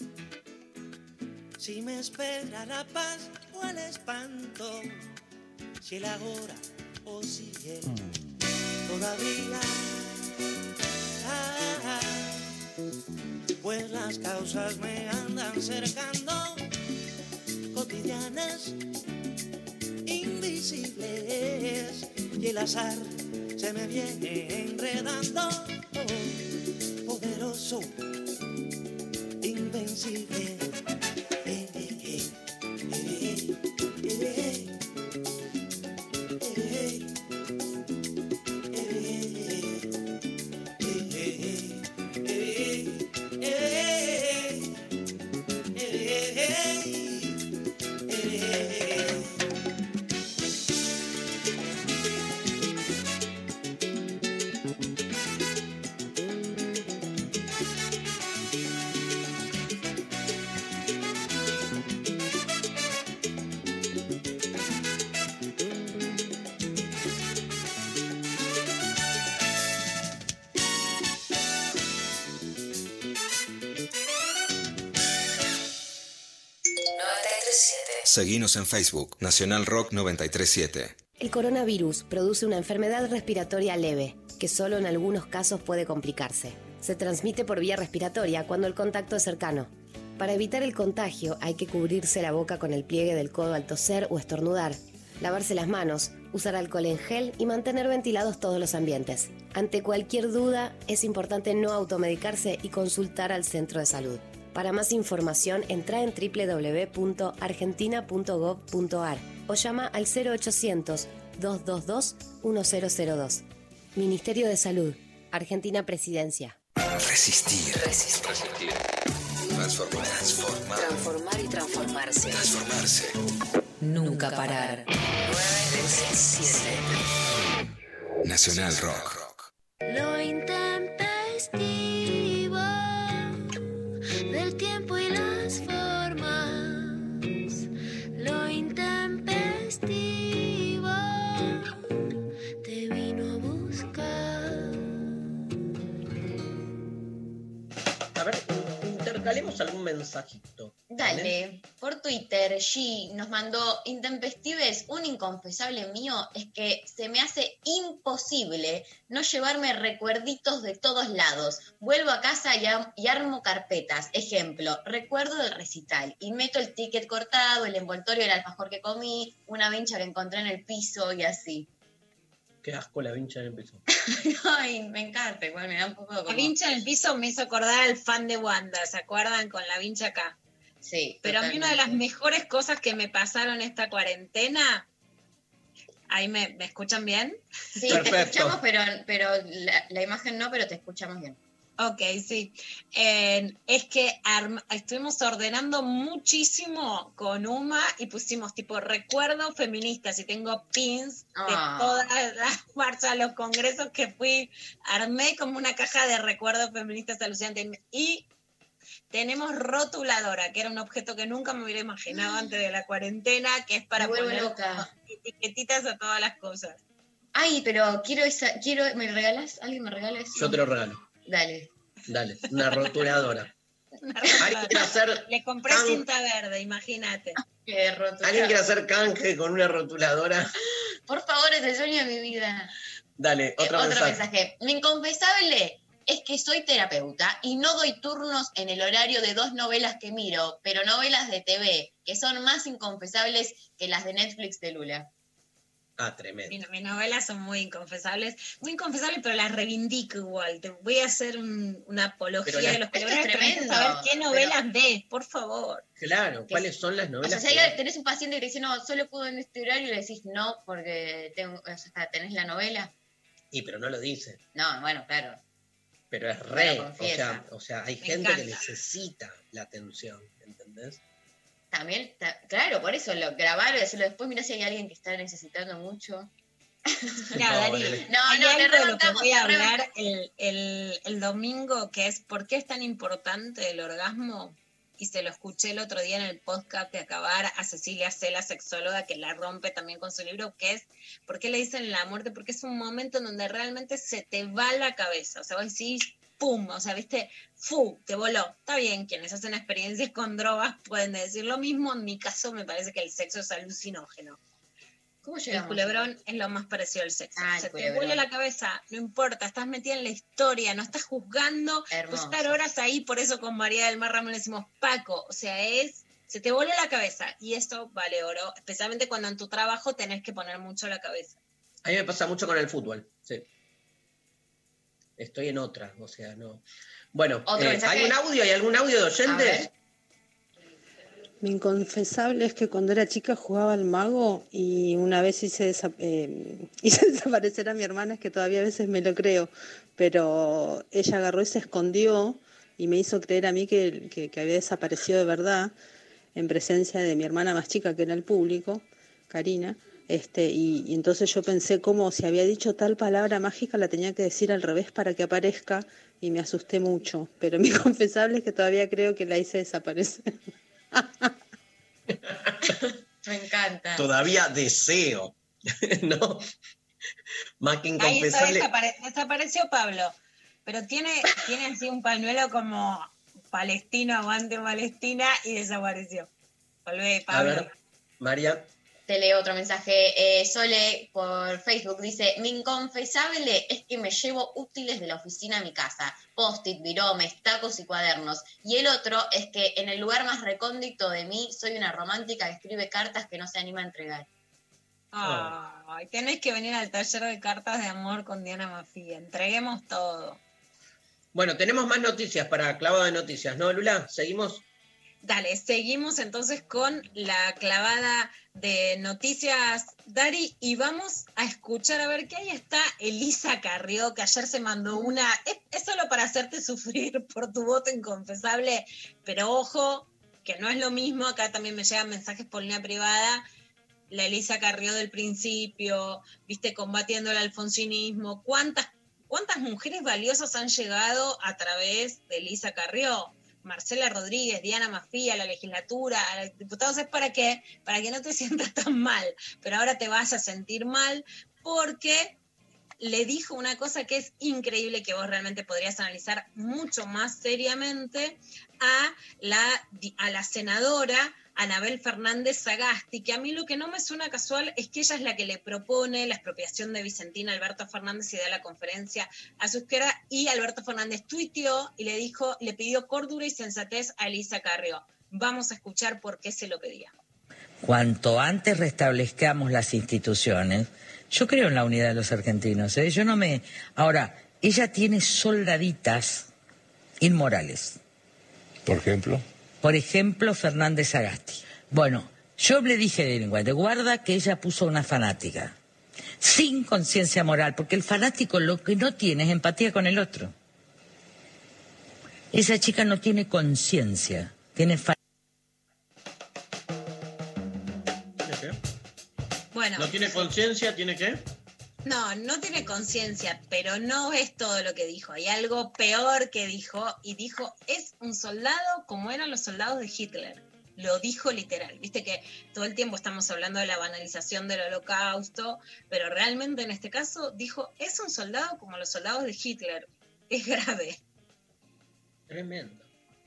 si me espera la paz o el espanto, si el ahora o si el todavía. Pues las causas me andan cercando, cotidianas, invisibles, y el azar se me viene enredando, poderoso, invencible. Seguinos en Facebook, Nacional Rock 937. El coronavirus produce una enfermedad respiratoria leve, que solo en algunos casos puede complicarse. Se transmite por vía respiratoria cuando el contacto es cercano. Para evitar el contagio hay que cubrirse la boca con el pliegue del codo al toser o estornudar, lavarse las manos, usar alcohol en gel y mantener ventilados todos los ambientes. Ante cualquier duda, es importante no automedicarse y consultar al centro de salud. Para más información, entra en www.argentina.gov.ar o llama al 0800-222-1002. Ministerio de Salud, Argentina Presidencia. Resistir. Transformar. Transformar y transformarse. Transformarse. Nunca parar. 937. Nacional Rock. Lo intempestivo del tiempo y las formas. Lo intempestivo te vino a buscar. A ver, intercalemos algún mensajito. Dale, por Twitter, G nos mandó: intempestives, un inconfesable mío es que se me hace imposible no llevarme recuerditos de todos lados. Vuelvo a casa y armo carpetas. Ejemplo, recuerdo del recital y meto el ticket cortado, el envoltorio del alfajor que comí, una vincha que encontré en el piso y así. Qué asco la vincha en el piso. Ay, me encanta, igual me da un poco como... La vincha en el piso me hizo acordar al fan de Wanda, ¿se acuerdan? Con la vincha acá. Sí. Pero totalmente. a mí una de las mejores cosas que me pasaron esta cuarentena ¿Ahí me escuchan bien? Sí, te escuchamos, pero la imagen no, pero te escuchamos bien. Ok, sí. Es que estuvimos ordenando muchísimo con Uma y pusimos tipo recuerdos feministas y tengo pins de todas las marchas, los congresos que fui. Armé como una caja de recuerdos feministas alucinantes y tenemos rotuladora, que era un objeto que nunca me hubiera imaginado antes de la cuarentena, que es para poner etiquetitas a todas las cosas. Ay, pero ¿me regalas? ¿Alguien me regala eso? Yo te lo regalo. Dale, una rotuladora. ¿Alguien quiere hacer Le compré cinta verde, imagínate. ¿Alguien quiere hacer canje con una rotuladora? Por favor, es el sueño de mi vida. Dale, otro mensaje. Mi inconfesable es que soy terapeuta y no doy turnos en el horario de 2 novelas que miro, pero novelas de TV, que son más inconfesables que las de Netflix de Lula. Tremendo. Mis novelas son muy inconfesables, pero las reivindico igual. Te voy a hacer una apología de los películas, pero saber qué novelas ves, por favor. Claro, ¿cuáles son las novelas? O sea, si tenés un paciente que te dice, no, solo puedo en este horario, y le decís no, porque tenés la novela. Pero no lo dice. No, bueno, claro. Pero es o sea, hay gente que necesita la atención, ¿entendés? También, claro, por eso grabarlo y decirlo después, mirá si hay alguien que está necesitando mucho. No, de lo que voy a hablar el domingo, que es ¿por qué es tan importante el orgasmo? Y se lo escuché el otro día en el podcast de Acabar a Cecilia C., la sexóloga, que la rompe también con su libro, que es ¿por qué le dicen la muerte? Porque es un momento en donde realmente se te va la cabeza. O sea, vos decís, ¡pum! O sea, ¿viste? ¡Fu! Te voló. Está bien, quienes hacen experiencias con drogas pueden decir lo mismo. En mi caso me parece que el sexo es alucinógeno. ¿Cómo llegamos? El culebrón es lo más parecido al sexo. Se te vuela la cabeza, no importa, estás metida en la historia, no estás juzgando, puedes estar horas ahí, por eso con María del Mar Ramón le decimos Paco, o sea, se te vuela la cabeza y esto vale oro, especialmente cuando en tu trabajo tenés que poner mucho la cabeza. A mí me pasa mucho con el fútbol, sí. Estoy en otra, o sea, no. Bueno, ¿hay algún audio de oyentes? Mi inconfesable es que cuando era chica jugaba al mago y una vez hice desaparecer a mi hermana, es que todavía a veces me lo creo, pero ella agarró y se escondió y me hizo creer a mí que había desaparecido de verdad en presencia de mi hermana más chica, que era el público, Karina, y entonces yo pensé como si había dicho tal palabra mágica la tenía que decir al revés para que aparezca y me asusté mucho, pero mi inconfesable es que todavía creo que la hice desaparecer. Me encanta. Todavía deseo, ¿no? Más que inconfesable. Ahí desapareció Pablo, pero tiene así un pañuelo como Palestino, aguante Palestina, y desapareció. Volvé, Pablo. A ver, María. Te leo otro mensaje. Sole por Facebook dice: mi inconfesable es que me llevo útiles de la oficina a mi casa, post-it, viromes, tacos y cuadernos. Y el otro es que en el lugar más recóndito de mí soy una romántica que escribe cartas que no se anima a entregar. Ay, tenés que venir al taller de cartas de amor con Diana Mafía. Entreguemos todo. Bueno, tenemos más noticias para Clavado de Noticias, ¿no, Lula? ¿Seguimos? Dale, seguimos entonces con la clavada de noticias, Dari, y vamos a escuchar a ver qué ahí está Elisa Carrió, que ayer se mandó una, es solo para hacerte sufrir por tu voto inconfesable, pero ojo, que no es lo mismo, acá también me llegan mensajes por línea privada, la Elisa Carrió del principio, viste, combatiendo el alfonsinismo, ¿cuántas mujeres valiosas han llegado a través de Elisa Carrió? Marcela Rodríguez, Diana Mafía, la legislatura, a los diputados, es para que no te sientas tan mal, pero ahora te vas a sentir mal porque le dijo una cosa que es increíble, que vos realmente podrías analizar mucho más seriamente a la senadora Anabel Fernández Sagasti, que a mí lo que no me suena casual es que ella es la que le propone la expropiación de Vicentín a Alberto Fernández y da la conferencia a Susquera, y Alberto Fernández tuiteó y le pidió cordura y sensatez a Elisa Carrió. Vamos a escuchar por qué se lo pedía. Cuanto antes restablezcamos las instituciones, yo creo en la unidad de los argentinos, ¿eh? Ahora, ella tiene soldaditas inmorales. ¿Por ejemplo? Por ejemplo, Fernández Sagasti. Bueno, yo le dije delincuente, guarda que ella puso una fanática. sin conciencia moral, porque el fanático lo que no tiene es empatía con el otro. Esa chica no tiene conciencia, tiene Bueno. ¿No tiene conciencia? ¿Tiene qué? No tiene conciencia, pero no es todo lo que dijo. Hay algo peor que dijo, y dijo, es un soldado como eran los soldados de Hitler. Lo dijo literal. Viste que todo el tiempo estamos hablando de la banalización del Holocausto, pero realmente en este caso dijo, es un soldado como los soldados de Hitler. Es grave. Tremendo.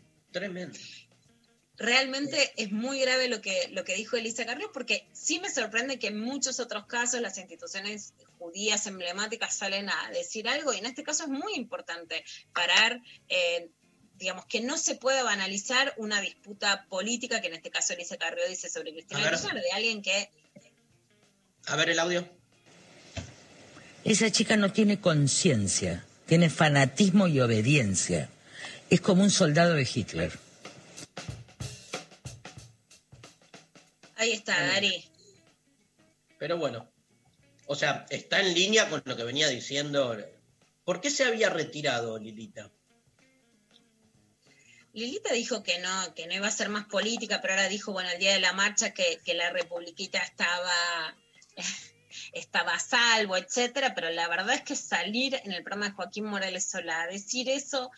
Realmente es muy grave lo que dijo Elisa Carrió, porque sí me sorprende que en muchos otros casos las instituciones judías emblemáticas salen a decir algo, y en este caso es muy importante parar, digamos, que no se pueda banalizar una disputa política, que en este caso Elisa Carrió dice sobre Cristina Kirchner, de alguien que... A ver el audio. Esa chica no tiene conciencia, tiene fanatismo y obediencia. Es como un soldado de Hitler. Ahí está, Dari. Pero bueno, o sea, está en línea con lo que venía diciendo. ¿Por qué se había retirado Lilita? Lilita dijo que no iba a ser más política, pero ahora dijo, bueno, el día de la marcha que la Republiquita estaba a salvo, etcétera, pero la verdad es que salir en el programa de Joaquín Morales Solá a decir eso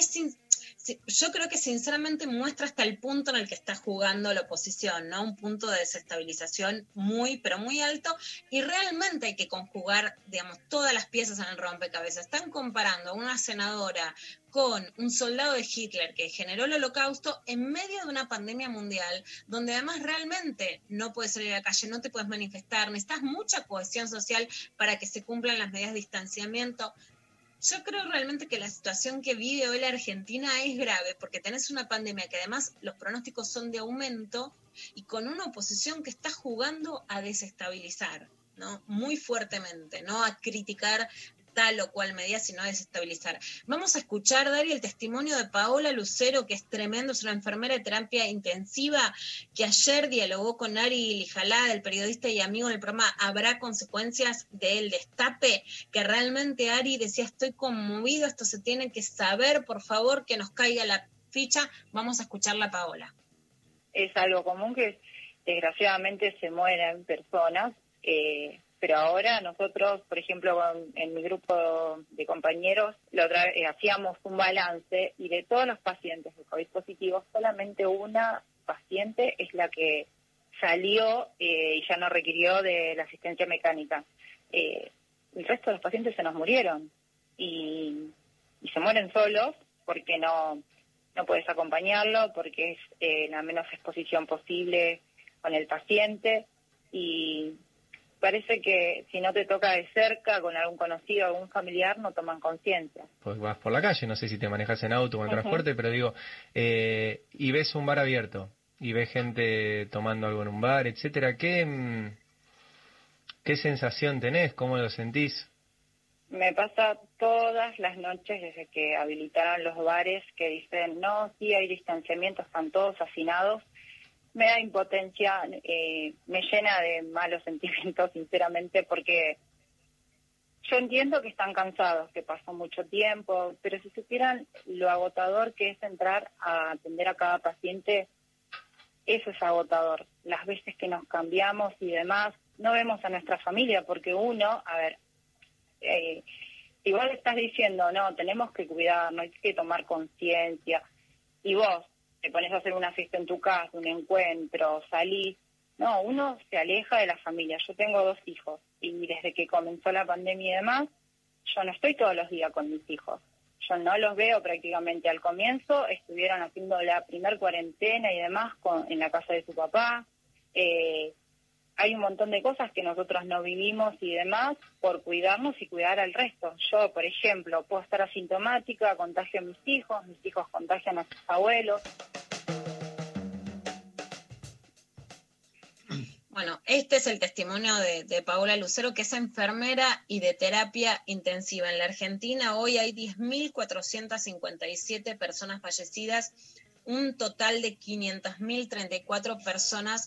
yo creo que sinceramente muestra hasta el punto en el que está jugando la oposición, ¿no? Un punto de desestabilización muy, pero muy alto, y realmente hay que conjugar, digamos, todas las piezas en el rompecabezas. Están comparando a una senadora con un soldado de Hitler que generó el Holocausto en medio de una pandemia mundial, donde además realmente no puedes salir a la calle, no te puedes manifestar, necesitas mucha cohesión social para que se cumplan las medidas de distanciamiento. Yo creo realmente que la situación que vive hoy la Argentina es grave, porque tenés una pandemia que además los pronósticos son de aumento, y con una oposición que está jugando a desestabilizar, ¿no? Muy fuertemente, no a criticar tal o cual medida, sino a desestabilizar. Vamos a escuchar, Dari, el testimonio de Paola Lucero, que es tremendo, es una enfermera de terapia intensiva que ayer dialogó con Ari Lijalá, el periodista y amigo del programa Habrá Consecuencias del Destape, que realmente Ari decía, estoy conmovido, esto se tiene que saber, por favor, que nos caiga la ficha. Vamos a escucharla a Paola. Es algo común que desgraciadamente se mueren personas, pero ahora nosotros, por ejemplo, en mi grupo de compañeros, hacíamos un balance, y de todos los pacientes de COVID positivos, solamente una paciente es la que salió y ya no requirió de la asistencia mecánica. El resto de los pacientes se nos murieron, y se mueren solos porque no puedes acompañarlo, porque es la menos exposición posible con el paciente, y parece que si no te toca de cerca con algún conocido, algún familiar, no toman conciencia. Pues vas por la calle, no sé si te manejas en auto o en transporte, pero digo, y ves un bar abierto, y ves gente tomando algo en un bar, etcétera, ¿qué sensación tenés? ¿Cómo lo sentís? Me pasa todas las noches desde que habilitaron los bares que dicen, no, sí hay distanciamiento, están todos hacinados. Me da impotencia, me llena de malos sentimientos, sinceramente, porque yo entiendo que están cansados, que pasó mucho tiempo, pero si supieran lo agotador que es entrar a atender a cada paciente, eso es agotador. Las veces que nos cambiamos y demás, no vemos a nuestra familia, porque uno, igual estás diciendo, no, tenemos que cuidarnos, hay que tomar conciencia, y vos te pones a hacer una fiesta en tu casa, un encuentro, salís. No, uno se aleja de la familia. Yo tengo 2 hijos, y desde que comenzó la pandemia y demás, yo no estoy todos los días con mis hijos. Yo no los veo prácticamente. Al comienzo estuvieron haciendo la primer cuarentena y demás en la casa de su papá. Hay un montón de cosas que nosotros no vivimos y demás por cuidarnos y cuidar al resto. Yo, por ejemplo, puedo estar asintomática, contagio a mis hijos contagian a sus abuelos. Bueno, este es el testimonio de Paola Lucero, que es enfermera y de terapia intensiva. En la Argentina hoy hay 10.457 personas fallecidas, un total de 500.034 personas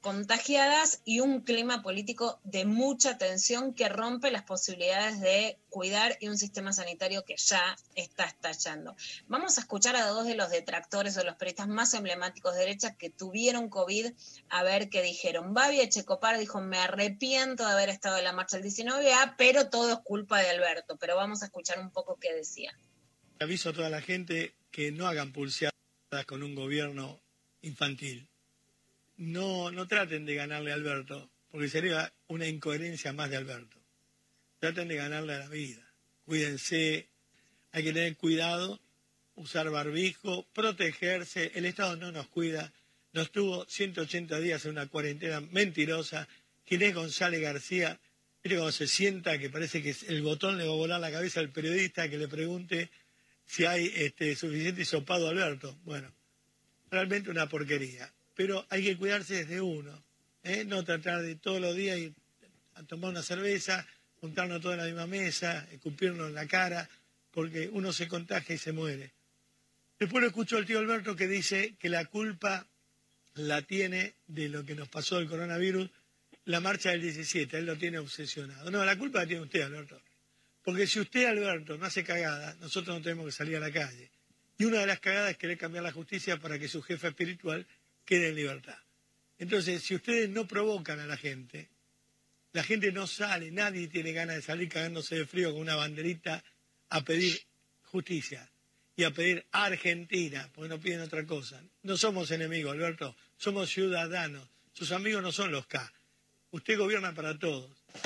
contagiadas y un clima político de mucha tensión que rompe las posibilidades de cuidar y un sistema sanitario que ya está estallando. Vamos a escuchar a dos de los detractores o los periodistas más emblemáticos de derecha que tuvieron COVID, a ver qué dijeron. Babi Echecopar dijo: me arrepiento de haber estado en la marcha del 19A, pero todo es culpa de Alberto. Pero vamos a escuchar un poco qué decía. Aviso a toda la gente que no hagan pulseadas con un gobierno infantil. No traten de ganarle a Alberto, porque sería una incoherencia más de Alberto. Traten de ganarle a la vida. Cuídense, hay que tener cuidado, usar barbijo, protegerse. El Estado no nos cuida. Nos tuvo 180 días en una cuarentena mentirosa. Ginés González García, mire cuando se sienta que parece que el botón le va a volar la cabeza al periodista que le pregunte si hay suficiente hisopado a Alberto. Bueno, realmente una porquería. Pero hay que cuidarse desde uno, no tratar de todos los días ir a tomar una cerveza, juntarnos todos en la misma mesa, escupirnos en la cara, porque uno se contagia y se muere. Después lo escucho al tío Alberto que dice que la culpa la tiene de lo que nos pasó del coronavirus, la marcha del 17, él lo tiene obsesionado. No, la culpa la tiene usted, Alberto. Porque si usted, Alberto, no hace cagada, nosotros no tenemos que salir a la calle. Y una de las cagadas es querer cambiar la justicia para que su jefe espiritual quede en libertad. Entonces, si ustedes no provocan a la gente no sale, nadie tiene ganas de salir cagándose de frío con una banderita a pedir justicia y a pedir Argentina, porque no piden otra cosa. No somos enemigos, Alberto, somos ciudadanos. Sus amigos no son los K. Usted gobierna para todos.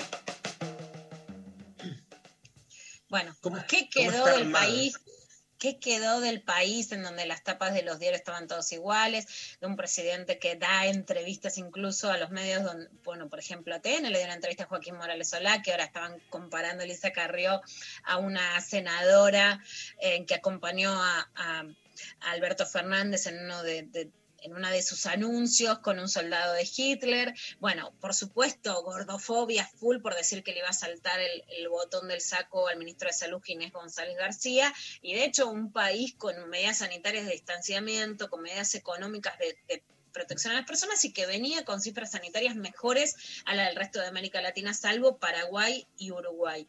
Bueno, ¿qué quedó del país? ¿Qué quedó del país en donde las tapas de los diarios estaban todos iguales? De un presidente que da entrevistas incluso a los medios, donde, bueno, por ejemplo, a TN le dio una entrevista a Joaquín Morales Solá, que ahora estaban comparando Elisa Carrió a una senadora que acompañó a Alberto Fernández en una de sus anuncios con un soldado de Hitler. Bueno, por supuesto, gordofobia full por decir que le iba a saltar el botón del saco al ministro de Salud, Ginés González García, y de hecho un país con medidas sanitarias de distanciamiento, con medidas económicas de protección a las personas y que venía con cifras sanitarias mejores a la del resto de América Latina, salvo Paraguay y Uruguay.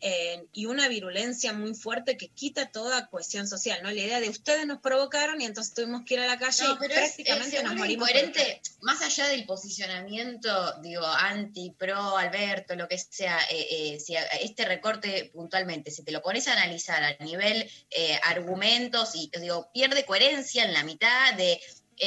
Y una virulencia muy fuerte que quita toda cohesión social, ¿no? La idea de ustedes nos provocaron y entonces tuvimos que ir a la calle y prácticamente nos morimos. Incoherente, más allá del posicionamiento, digo, anti, pro, Alberto, lo que sea, si este recorte puntualmente, si te lo pones a analizar a nivel argumentos y, digo, pierde coherencia en la mitad de...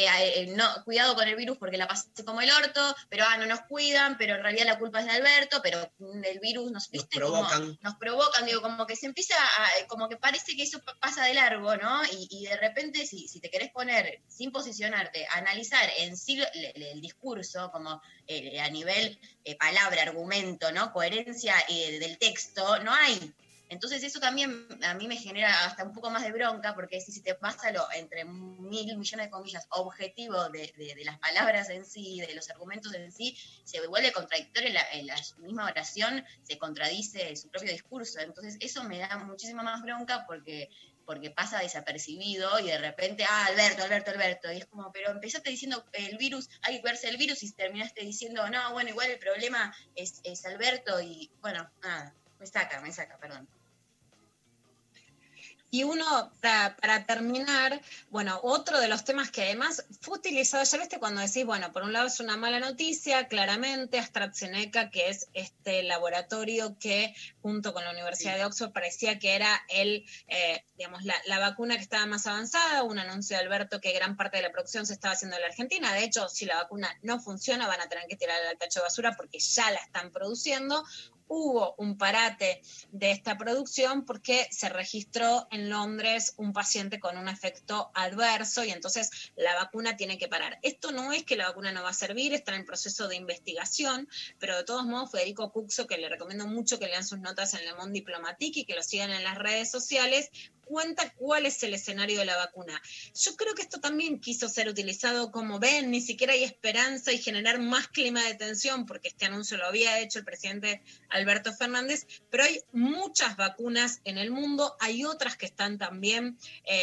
no, cuidado con el virus porque la pasé como el orto, pero no nos cuidan, pero en realidad la culpa es de Alberto, pero el virus nos provocan, digo, como que se empieza como que parece que eso pasa de largo, ¿no? Y de repente si te querés poner, sin posicionarte, a analizar en sí el discurso, como a nivel palabra, argumento, ¿no? Coherencia del texto, no hay. Entonces eso también a mí me genera hasta un poco más de bronca, porque si te pasa entre 1.000 millones de comillas objetivo de las palabras en sí, de los argumentos en sí, se vuelve contradictorio en la misma oración, se contradice su propio discurso. Entonces eso me da muchísima más bronca porque pasa desapercibido y de repente, Alberto, y es como, pero empezaste diciendo el virus, hay que cuidarse del virus y terminaste diciendo, no, bueno, igual el problema es Alberto y bueno, nada, me saca, perdón. Y uno, para terminar, bueno, otro de los temas que además fue utilizado, ya viste cuando decís, bueno, por un lado es una mala noticia, claramente AstraZeneca, que es este laboratorio que junto con la Universidad de Oxford parecía que era la vacuna que estaba más avanzada, un anuncio de Alberto que gran parte de la producción se estaba haciendo en la Argentina. De hecho, si la vacuna no funciona, van a tener que tirarla al tacho de basura porque ya la están produciendo. Hubo un parate de esta producción porque se registró en Londres un paciente con un efecto adverso y entonces la vacuna tiene que parar. Esto no es que la vacuna no va a servir, está en el proceso de investigación, pero de todos modos Federico Cucso, que le recomiendo mucho que lean sus notas en Le Monde Diplomatique y que lo sigan en las redes sociales, cuenta cuál es el escenario de la vacuna. Yo creo que esto también quiso ser utilizado como ven, ni siquiera hay esperanza y generar más clima de tensión, porque este anuncio lo había hecho el presidente Alberto Fernández, pero hay muchas vacunas en el mundo, hay otras que están también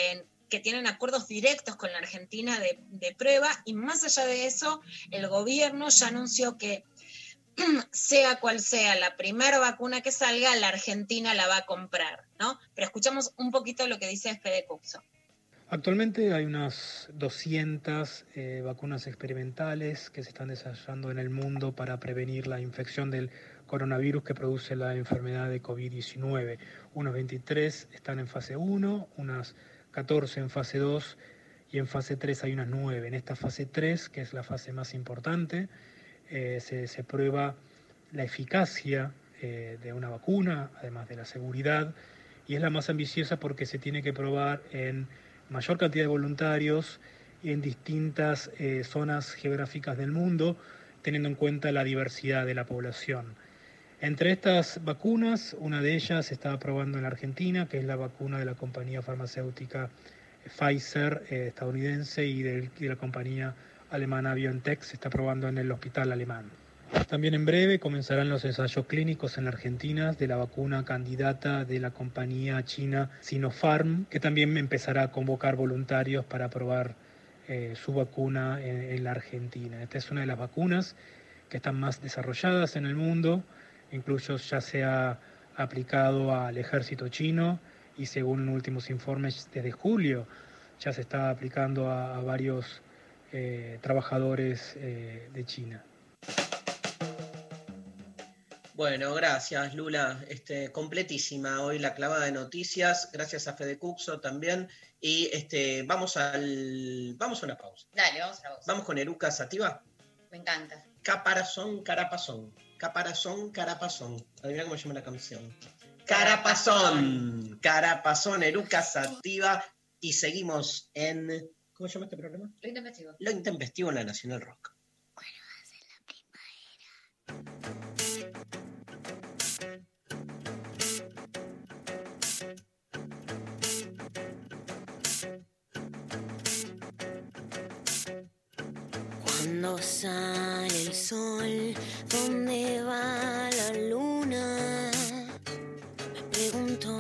que tienen acuerdos directos con la Argentina de prueba, y más allá de eso, el gobierno ya anunció que sea cual sea la primera vacuna que salga, la Argentina la va a comprar, ¿no? Pero escuchamos un poquito lo que dice Fede Cuxo. Actualmente hay unas 200 vacunas experimentales que se están desarrollando en el mundo para prevenir la infección del coronavirus que produce la enfermedad de COVID-19. Unos 23 están en fase 1, unas 14 en fase 2 y en fase 3 hay unas 9. En esta fase 3, que es la fase más importante, se prueba la eficacia de una vacuna, además de la seguridad, y es la más ambiciosa porque se tiene que probar en mayor cantidad de voluntarios en distintas zonas geográficas del mundo, teniendo en cuenta la diversidad de la población. Entre estas vacunas, una de ellas se está probando en la Argentina, que es la vacuna de la compañía farmacéutica Pfizer estadounidense y de la compañía alemana BioNTech, se está probando en el hospital alemán. También en breve comenzarán los ensayos clínicos en la Argentina de la vacuna candidata de la compañía china Sinopharm, que también empezará a convocar voluntarios para probar su vacuna en la Argentina. Esta es una de las vacunas que están más desarrolladas en el mundo, incluso ya se ha aplicado al ejército chino y según últimos informes desde julio ya se está aplicando a varios trabajadores de China. Bueno, gracias Lula, completísima hoy la clavada de noticias, gracias a Fede Cuxo también, y vamos a una pausa. Dale, vamos a la pausa. Vamos con Eruca Sativa. Me encanta. Caparazón, carapazón, caparazón, carapazón. Adivina cómo se llama la canción. Carapazón, carapazón, Eruca Sativa, y seguimos en... ¿Cómo se llama este programa? Lo Intempestivo. Lo Intempestivo en la Nacional Rock. Cuando sale el sol, ¿dónde va la luna? Me pregunto.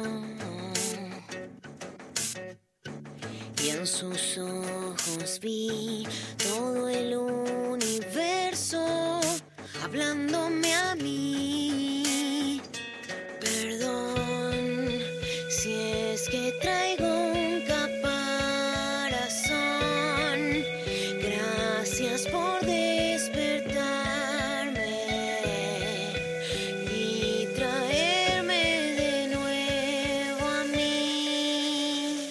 Y en sus ojos vi todo el universo hablándome a mí. Perdón si es que traigo un caparazón. Gracias por despertarme y traerme de nuevo a mí.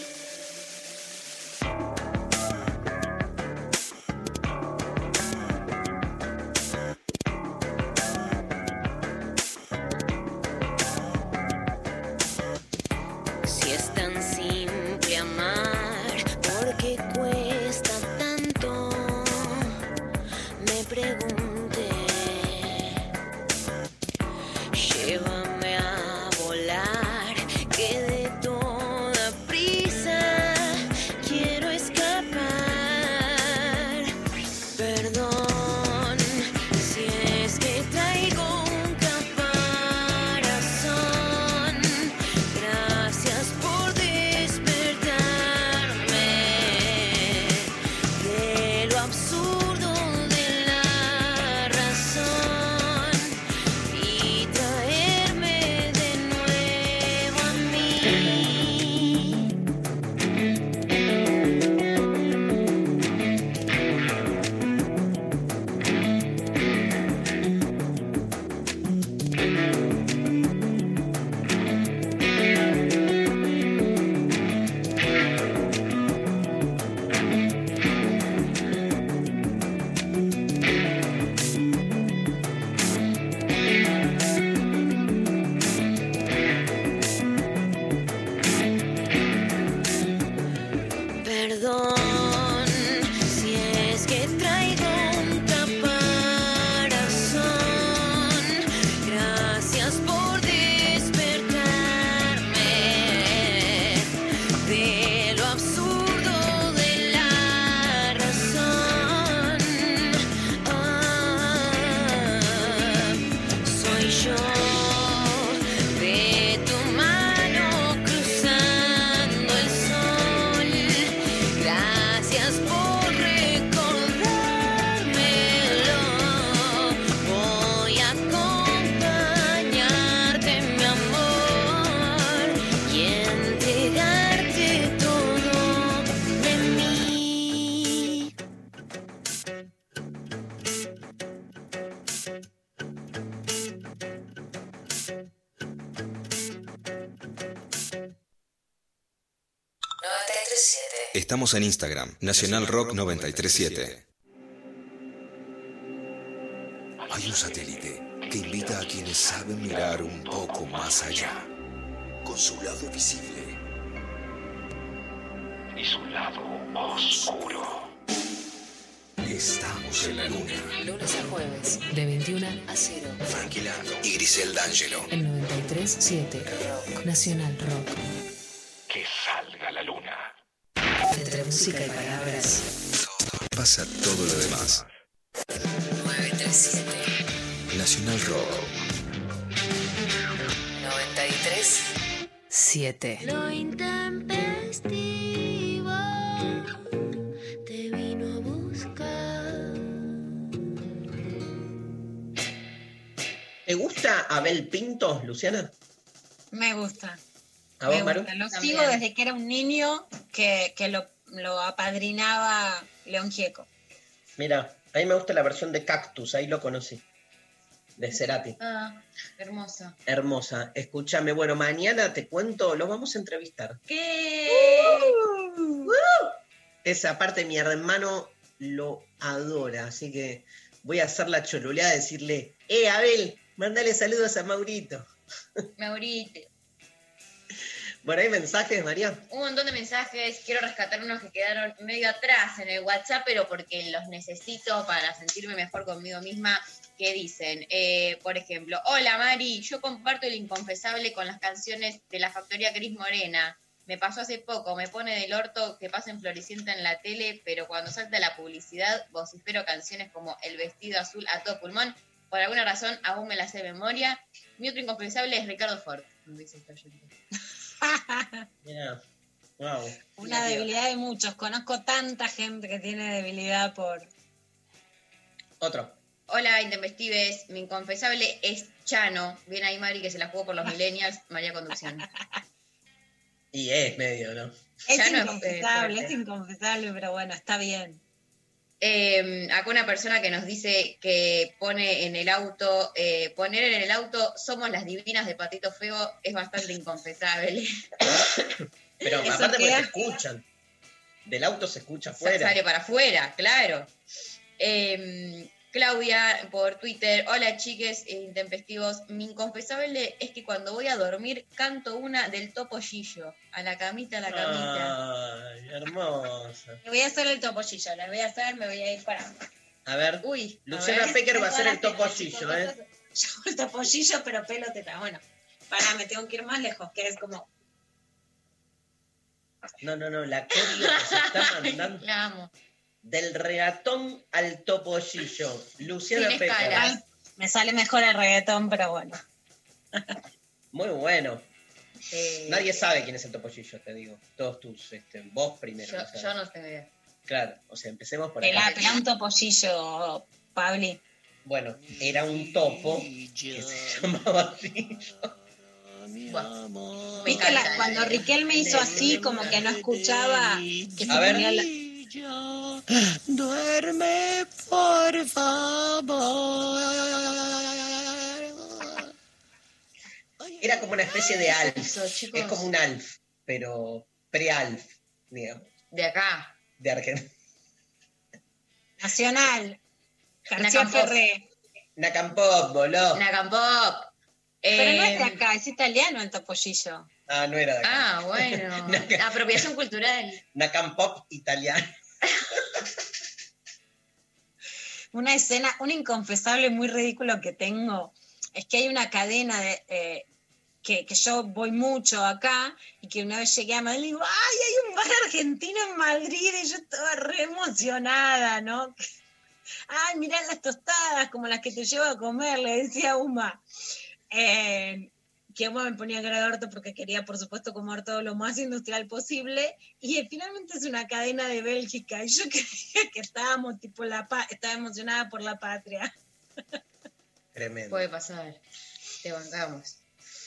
937. Estamos en Instagram, Nacional Rock 937. Hay un satélite que invita a quienes saben mirar un poco más allá, con su lado visible y su lado oscuro. Estamos en la luna. Lunes a jueves, de 21 a 0. Frankie Lando y Grisel D'Angelo. El 93.7. Rock. Nacional Rock. Que salga la luna. Entre música y palabras. Pasa todo lo demás. 937. Nacional Rock. 93.7. Lo intempestivo te vino a buscar. ¿Te gusta Abel Pintos, Luciana? Me gusta. ¿A vos, Me Maru? gusta. Lo También. sigo desde que era un niño que lo apadrinaba León Gieco. Mira, a mí me gusta la versión de Cactus, ahí lo conocí. De Cerati. Ah, hermosa. Hermosa. Escúchame, bueno, mañana te cuento, lo vamos a entrevistar. ¿Qué? Esa parte mi hermano lo adora, así que voy a hacer la choluleada de decirle, Abel, mándale saludos a Maurito. Maurito. Bueno, ¿hay mensajes, María? Un montón de mensajes, quiero rescatar unos que quedaron medio atrás en el WhatsApp, pero porque los necesito para sentirme mejor conmigo misma, que dicen, por ejemplo, hola Mari, yo comparto el inconfesable con las canciones de la Factoría Cris Morena. Me pasó hace poco, me pone del orto que pasen Floricienta en la tele, pero cuando salta la publicidad vocifero canciones como El vestido azul a todo pulmón. Por alguna razón aún me las sé de memoria. Mi otro inconfesable es Ricardo Ford. Me dice esta oyente. Mira, wow. Una debilidad de muchos. Conozco tanta gente que tiene debilidad por... Otro. Hola, intempestives. Mi inconfesable es Chano. Viene ahí Mari, que se la jugó por los millennials. María Conducción. Y es medio, ¿no? Es Chano inconfesable, pero bueno, está bien. Acá una persona que nos dice que pone en el auto, poner en el auto Somos las divinas de Patito Feo es bastante inconfesable. Pero Eso aparte porque queda- te escuchan. Del auto se escucha afuera. Sale para afuera, claro. Claudia por Twitter, hola chiques intempestivos, mi inconfesable es que cuando voy a dormir canto una del Topollillo, a la camita, Ay, hermosa. Le voy a hacer el topollillo, le voy a hacer, me voy a ir parando. A ver, Uy, Luciana Pecker va a hacer el topollillo, Yo ¿eh? hago el topollillo, pero pelo teta. Bueno, me tengo que ir más lejos, que es como... No, la coreo que se está mandando. La amo. Del regatón al topollillo. Luciana Sin Pecker. escalas. Me sale mejor el reggaetón, pero bueno. Muy bueno. Nadie sabe quién es el topollillo, te digo. Todos tus, vos primero. Yo, lo sabes. yo no tengo idea. Claro, o sea, empecemos por Pelá acá. un topollillo, Pabli. Bueno, era un topo que se llamaba así. ¿Viste cuando Riquel me hizo así, como que no escuchaba? Que se A ver. ponía la... Duerme, por favor. Era como una especie de alf. Eso, chicos. Es como un alf, pero pre-alf, digamos, De acá. de Argentina. Nacional. García Nacampop. Ferré. Nacampop, voló. Nacampop. Pero no es de acá, es italiano el topollillo. Ah, no era de acá. Ah, bueno. Apropiación cultural. Nacampop italiano. Una escena, un inconfesable muy ridículo que tengo, es que hay una cadena de, que yo voy mucho acá, y que una vez llegué a Madrid y digo, ¡ay, hay un bar argentino en Madrid! Y yo estaba re emocionada, ¿no? ¡Ay, mirá las tostadas, como las que te llevo a comer! Le decía Uma. Que Uma me ponía cara de orto porque quería, por supuesto, comer todo lo más industrial posible, y finalmente es una cadena de Bélgica, y yo creía que estábamos, tipo, estaba emocionada por la patria. Tremendo. Puede pasar. Te bancamos.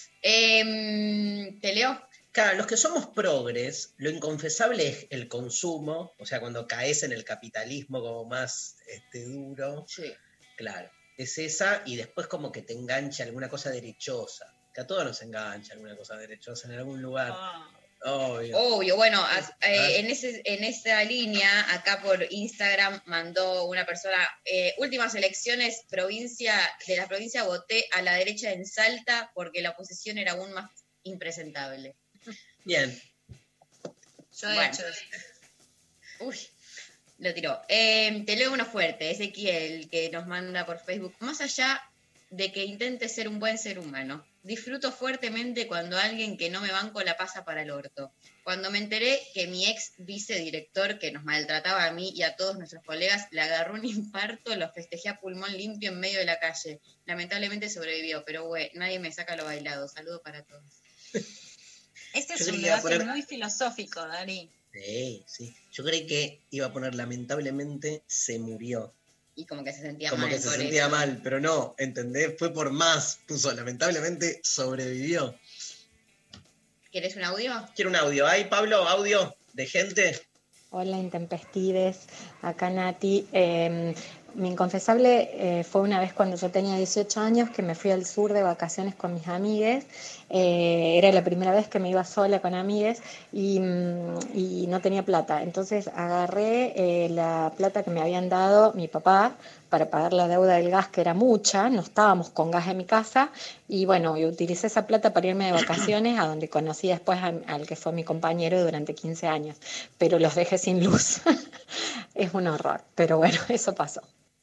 ¿Te leo? Claro, los que somos progres, lo inconfesable es el consumo, o sea, cuando caes en el capitalismo como más duro. Sí. Claro, es esa, y después como que te engancha alguna cosa derechosa. Que a todos nos engancha alguna cosa derechosa en algún lugar. Obvio. Bueno, en esa línea, acá por Instagram mandó una persona, últimas elecciones de la provincia, voté a la derecha en Salta porque la oposición era aún más impresentable. Bien. Yo he hecho eso. Uy, lo tiró. Te leo uno fuerte, Ezequiel, que nos manda por Facebook. Más allá de que intente ser un buen ser humano, disfruto fuertemente cuando alguien que no me banco la pasa para el orto. Cuando me enteré que mi ex vicedirector, que nos maltrataba a mí y a todos nuestros colegas, le agarró un infarto, lo festejé a pulmón limpio en medio de la calle. Lamentablemente sobrevivió, pero güey, nadie me saca lo bailado. Saludo para todos. Este es un debate muy filosófico, Dari. Sí. Yo creí que iba a poner lamentablemente se murió. Y como que se sentía mal. Como que se sentía mal, pero no, ¿entendés? Fue por más. Puso lamentablemente sobrevivió. ¿Quieres un audio? Quiero un audio. ¿Hay, Pablo, audio de gente? Hola, Intempestives. Acá Nati. Mi inconfesable fue una vez cuando yo tenía 18 años que me fui al sur de vacaciones con mis amigues. Era la primera vez que me iba sola con amigues y no tenía plata. Entonces agarré la plata que me habían dado mi papá para pagar la deuda del gas, que era mucha. No estábamos con gas en mi casa. Y bueno, y utilicé esa plata para irme de vacaciones a donde conocí después al que fue mi compañero durante 15 años. Pero los dejé sin luz. Es un horror. Pero bueno, eso pasó.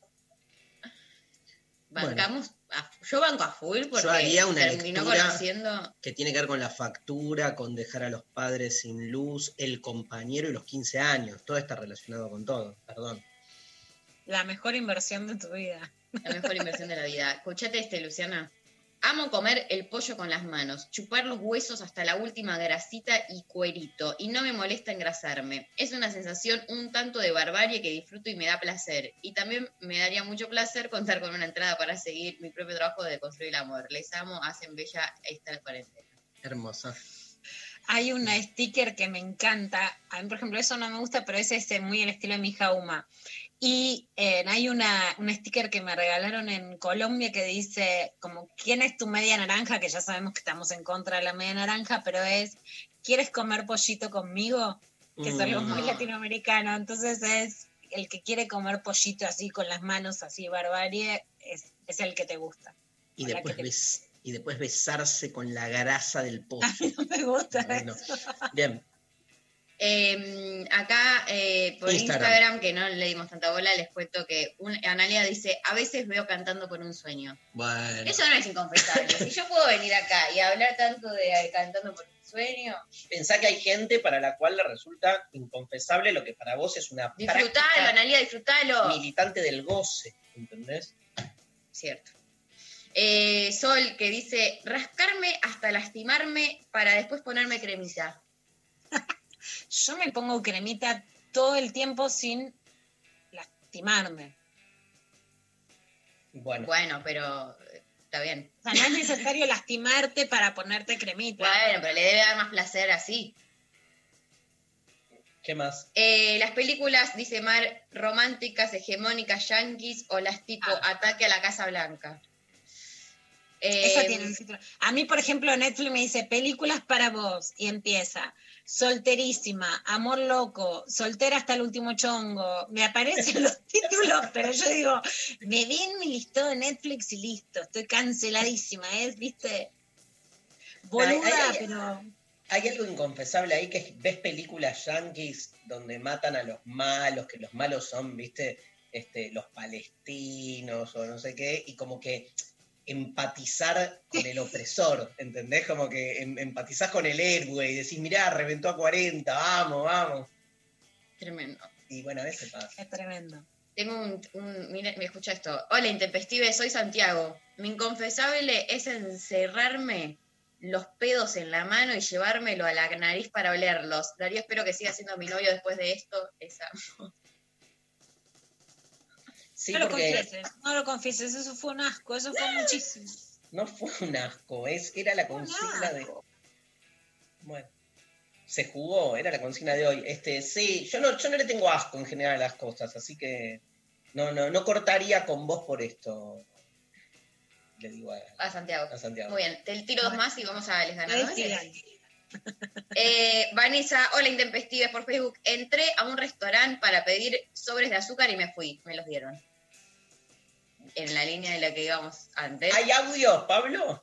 Bancamos, yo banco a full porque yo haría una terminó conociendo que tiene que ver con la factura, con dejar a los padres sin luz, el compañero y los 15 años. Todo está relacionado con todo, perdón. La mejor inversión de tu vida. La mejor inversión de la vida. Escuchate Luciana. Amo comer el pollo con las manos, chupar los huesos hasta la última grasita y cuerito, y no me molesta engrasarme. Es una sensación un tanto de barbarie que disfruto y me da placer. Y también me daría mucho placer contar con una entrada para seguir mi propio trabajo de construir el amor. Les amo, hacen bella esta cuarentena. Hermosa. Hay una sticker que me encanta. A mí, por ejemplo, eso no me gusta, pero es muy el estilo de mi Jauma. Y hay una sticker que me regalaron en Colombia que dice como, ¿quién es tu media naranja? Que ya sabemos que estamos en contra de la media naranja, pero es, ¿quieres comer pollito conmigo? Que es algo muy latinoamericano. Entonces es el que quiere comer pollito así con las manos, así barbarie, es el que te gusta. Y después besarse con la grasa del pollo. No me gusta eso. Bien. Acá por Instagram, que no le dimos tanta bola, les cuento que Analia dice, a veces veo cantando por un sueño. Bueno. Eso no es inconfesable. Si yo puedo venir acá y hablar tanto de cantando por un sueño. Pensá que hay gente para la cual le resulta inconfesable lo que para vos es una disfrutalo, Analia, disfrutalo. Militante del goce, ¿entendés? Cierto. Sol, que dice, rascarme hasta lastimarme para después ponerme cremita. Yo me pongo cremita todo el tiempo sin lastimarme. Bueno, pero está bien. O sea, no es necesario lastimarte para ponerte cremita. Bueno, pero le debe dar más placer así. ¿Qué más? Las películas, dice Mar, románticas, hegemónicas, yanquis o las tipo Ataque a la Casa Blanca. Esa tiene un título. A mí, por ejemplo, Netflix me dice películas para vos y empieza solterísima, amor loco, soltera hasta el último chongo. Me aparecen los títulos, pero yo digo, me vi en mi listado de Netflix y listo, estoy canceladísima, ¿viste? Boluda, pero... Hay algo inconfesable ahí, que es, ves películas yanquis donde matan a los malos, que los malos son, ¿viste? Los palestinos o no sé qué, y como que empatizar con el opresor, ¿entendés? Como que empatizás con el héroe y decís, mirá, reventó a 40, vamos. Tremendo. Y bueno, a veces pasa. Es tremendo. Tengo mira, me escucha esto. Hola, Intempestive, soy Santiago. Mi inconfesable es encerrarme los pedos en la mano y llevármelo a la nariz para olerlos. Darío, espero que siga siendo mi novio después de esto. Sí, no lo confieses, eso fue un asco, eso fue muchísimo. No fue un asco, era la consigna de... Bueno, se jugó, era la consigna de hoy. Sí, yo no le tengo asco en general a las cosas, así que no cortaría con vos por esto. Le digo a Santiago. A Santiago. Muy bien, te tiro dos más y vamos a les ganadores. Vanessa, hola Intempestives por Facebook. Entré a un restaurante para pedir sobres de azúcar y me fui. Me los dieron. En la línea de la que íbamos antes. ¿Hay audio, Pablo?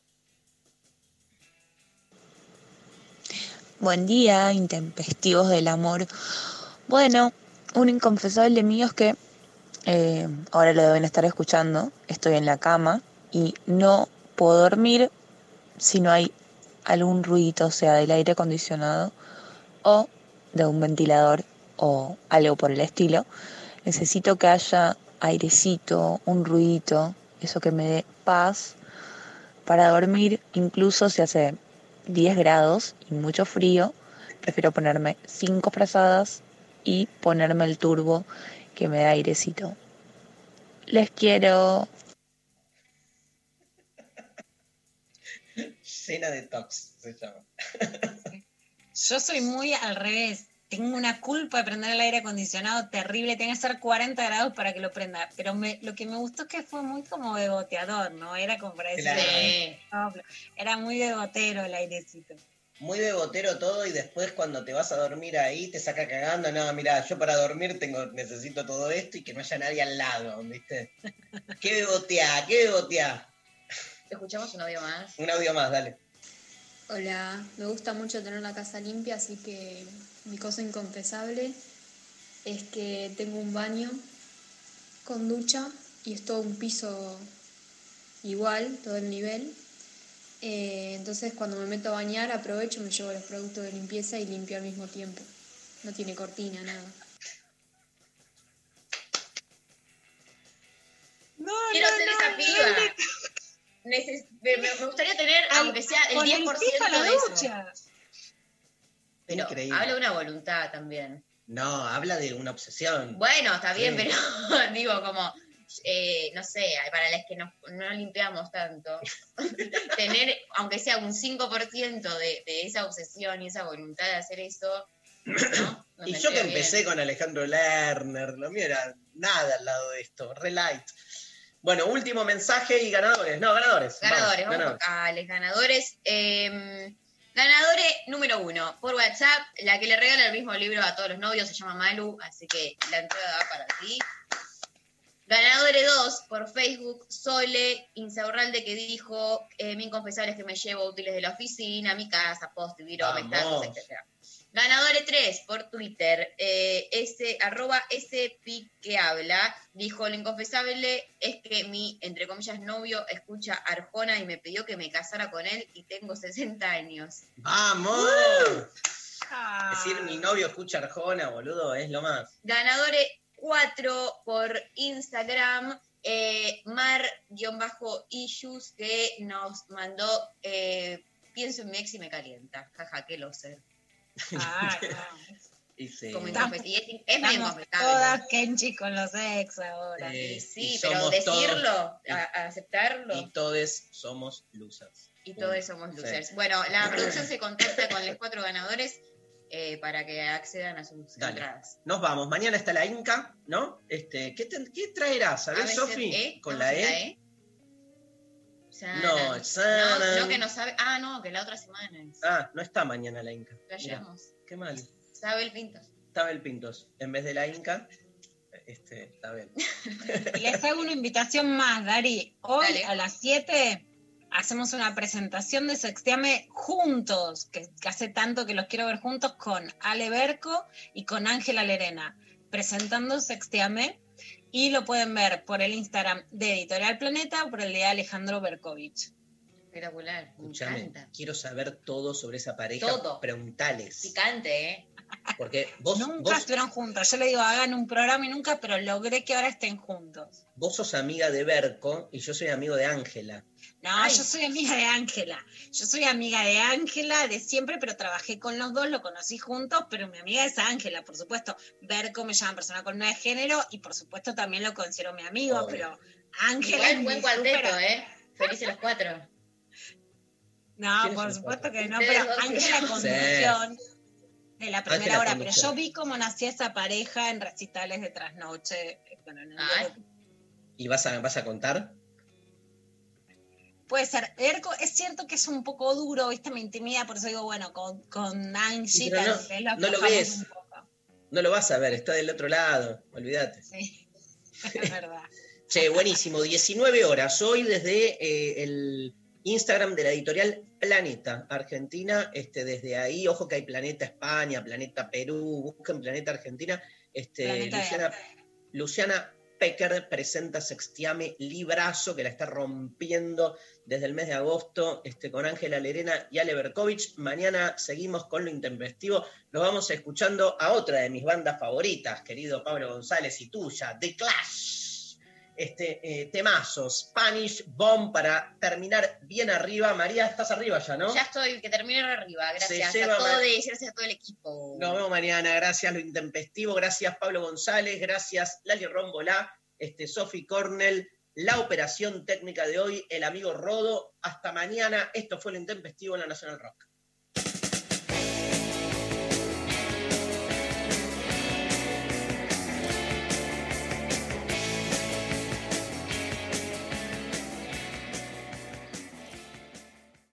Buen día, intempestivos del amor. Bueno, un inconfesable mío es que ahora lo deben estar escuchando. Estoy en la cama y no puedo dormir si no hay algún ruidito, sea del aire acondicionado o de un ventilador o algo por el estilo. Necesito que haya airecito, un ruidito, eso que me dé paz para dormir, incluso si hace 10 grados y mucho frío, prefiero ponerme 5 frazadas y ponerme el turbo que me da airecito. Les quiero. Cena detox se llama. Yo soy muy al revés. Tengo una culpa de prender el aire acondicionado terrible. Tiene que ser 40 grados para que lo prenda. Pero lo que me gustó es que fue muy como beboteador, ¿no? Era como para decir... Claro. Era muy bebotero el airecito. Muy bebotero todo y después cuando te vas a dormir ahí te saca cagando. No, mira, yo para dormir necesito todo esto y que no haya nadie al lado, ¿viste? ¿Qué bebotea? ¿Qué bebotea? ¿Escuchamos un audio más? Un audio más, dale. Hola, me gusta mucho tener la casa limpia, así que mi cosa inconfesable es que tengo un baño con ducha y es todo un piso igual, todo el nivel. Entonces cuando me meto a bañar aprovecho, me llevo los productos de limpieza y limpio al mismo tiempo. No tiene cortina, nada. Quiero ser esa piba. Me gustaría tener, aunque sea el 10% de eso. Pero Increíble. habla de una voluntad también. No, habla de una obsesión. Bueno, está bien, Sí. pero digo como, no sé, para las que no limpiamos tanto, tener, aunque sea un 5% de esa obsesión y esa voluntad de hacer eso, ¿no? Nos Y yo que vendría empecé bien. con Alejandro Lerner, lo mío era nada al lado de esto, re light. Bueno, último mensaje y ganadores. No, ganadores. Ganadores, vamos ganadores. a los ganadores. Ganadores número 1, por WhatsApp, la que le regala el mismo libro a todos los novios, se llama Malu, así que la entrada va para ti. Ganadores 2, por Facebook, Sole Insaurralde, que dijo, mi inconfesable es que me llevo útiles de la oficina, mi casa, post, virome, Vamos. tacos, etc. Ganadores 3, por Twitter, @ese pic que habla, dijo, lo inconfesable es que mi, entre comillas, novio escucha Arjona y me pidió que me casara con él y tengo 60 años. ¡Vamos! Decir mi novio escucha Arjona, boludo, es lo más. Ganadores 4 por Instagram, Mar-Issues, que nos mandó, pienso en mi ex y me calienta. Jaja, qué loser. Y sí. Como Estamos- es medio Estamos inconfesable. todas Kenchi con los ex ahora. Sí, y pero somos decirlo, todos- a aceptarlo, Y todos somos losers. y todos somos losers. Sí. Bueno, la producción se contacta con los 4 ganadores para que accedan a sus Dale. entradas. Nos vamos. Mañana está la Inca, ¿no? ¿Qué traerás? A ¿Sabés, veces, Sofi? ¿Con la ¿Estamos E? en Sana. No, Sana. No, que no sabe. Ah, no, que la otra semana es. Ah, no está mañana la Inca. La Mirá, llevamos. qué mal. Sabe el Pintos. Estaba el Pintos. En vez de la Inca, está bien. Y les hago una invitación más, Dari. Hoy Dale. a las 7 hacemos una presentación de Sexteame juntos, que hace tanto que los quiero ver juntos, con Ale Berco y con Ángela Lerena, presentando Sexteame, y lo pueden ver por el Instagram de Editorial Planeta o por el de Alejandro Berkovich. Espectacular, me Escúchame, encanta. quiero saber todo sobre esa pareja. Todo. Preguntales. Picante, ¿eh? Porque vos Nunca estuvieron juntos. Yo le digo, hagan un programa y nunca, pero logré que ahora estén juntos. sos amiga de Berco y yo soy amigo de Ángela. No, yo soy amiga de Ángela. Yo soy amiga de Ángela de siempre, pero trabajé con los dos, lo conocí juntos, pero mi amiga es Ángela, por supuesto. Berco me llama persona con 9 género y por supuesto también lo considero mi amigo, Obvio. pero Ángela Igual es buen mi cuarteto, súper- ¿eh? Felices los 4. No, ¿Quiénes por son supuesto cuatro? que no, Ustedes pero dos, Ángela sí. conducción de la primera Ángela hora, pero conducción. yo vi cómo nacía esa pareja en recitales de trasnoche. Bueno, en el Ay. ¿Y vas a contar? Puede ser. Erco es cierto que es un poco duro, ¿viste? Me intimida, por eso digo, bueno, con Angie Pero tal vez no lo ves. No lo vas a ver, está del otro lado, olvídate. Sí, es verdad. Che, buenísimo, 19 horas. Hoy desde el Instagram de la editorial Planeta Argentina, desde ahí, ojo que hay Planeta España, Planeta Perú, busquen Planeta Argentina. Luciana Pecker presenta Sextiame, librazo que la está rompiendo desde el mes de agosto, con Ángela Lerena y Ale Berkovich. Mañana seguimos con lo intempestivo. Nos vamos escuchando a otra de mis bandas favoritas, querido Pablo González, y tuya, The Clash. Temazo, Spanish Bomb, para terminar bien arriba. María, estás arriba ya, ¿no? Ya estoy, que termine arriba. Gracias gracias a todo el equipo. Nos vemos mañana. Gracias, Lo Intempestivo. Gracias, Pablo González. Gracias, Lali Rombolá, Sofi Cornell, la operación técnica de hoy, el amigo Rodo. Hasta mañana. Esto fue Lo Intempestivo en la Nacional Rock.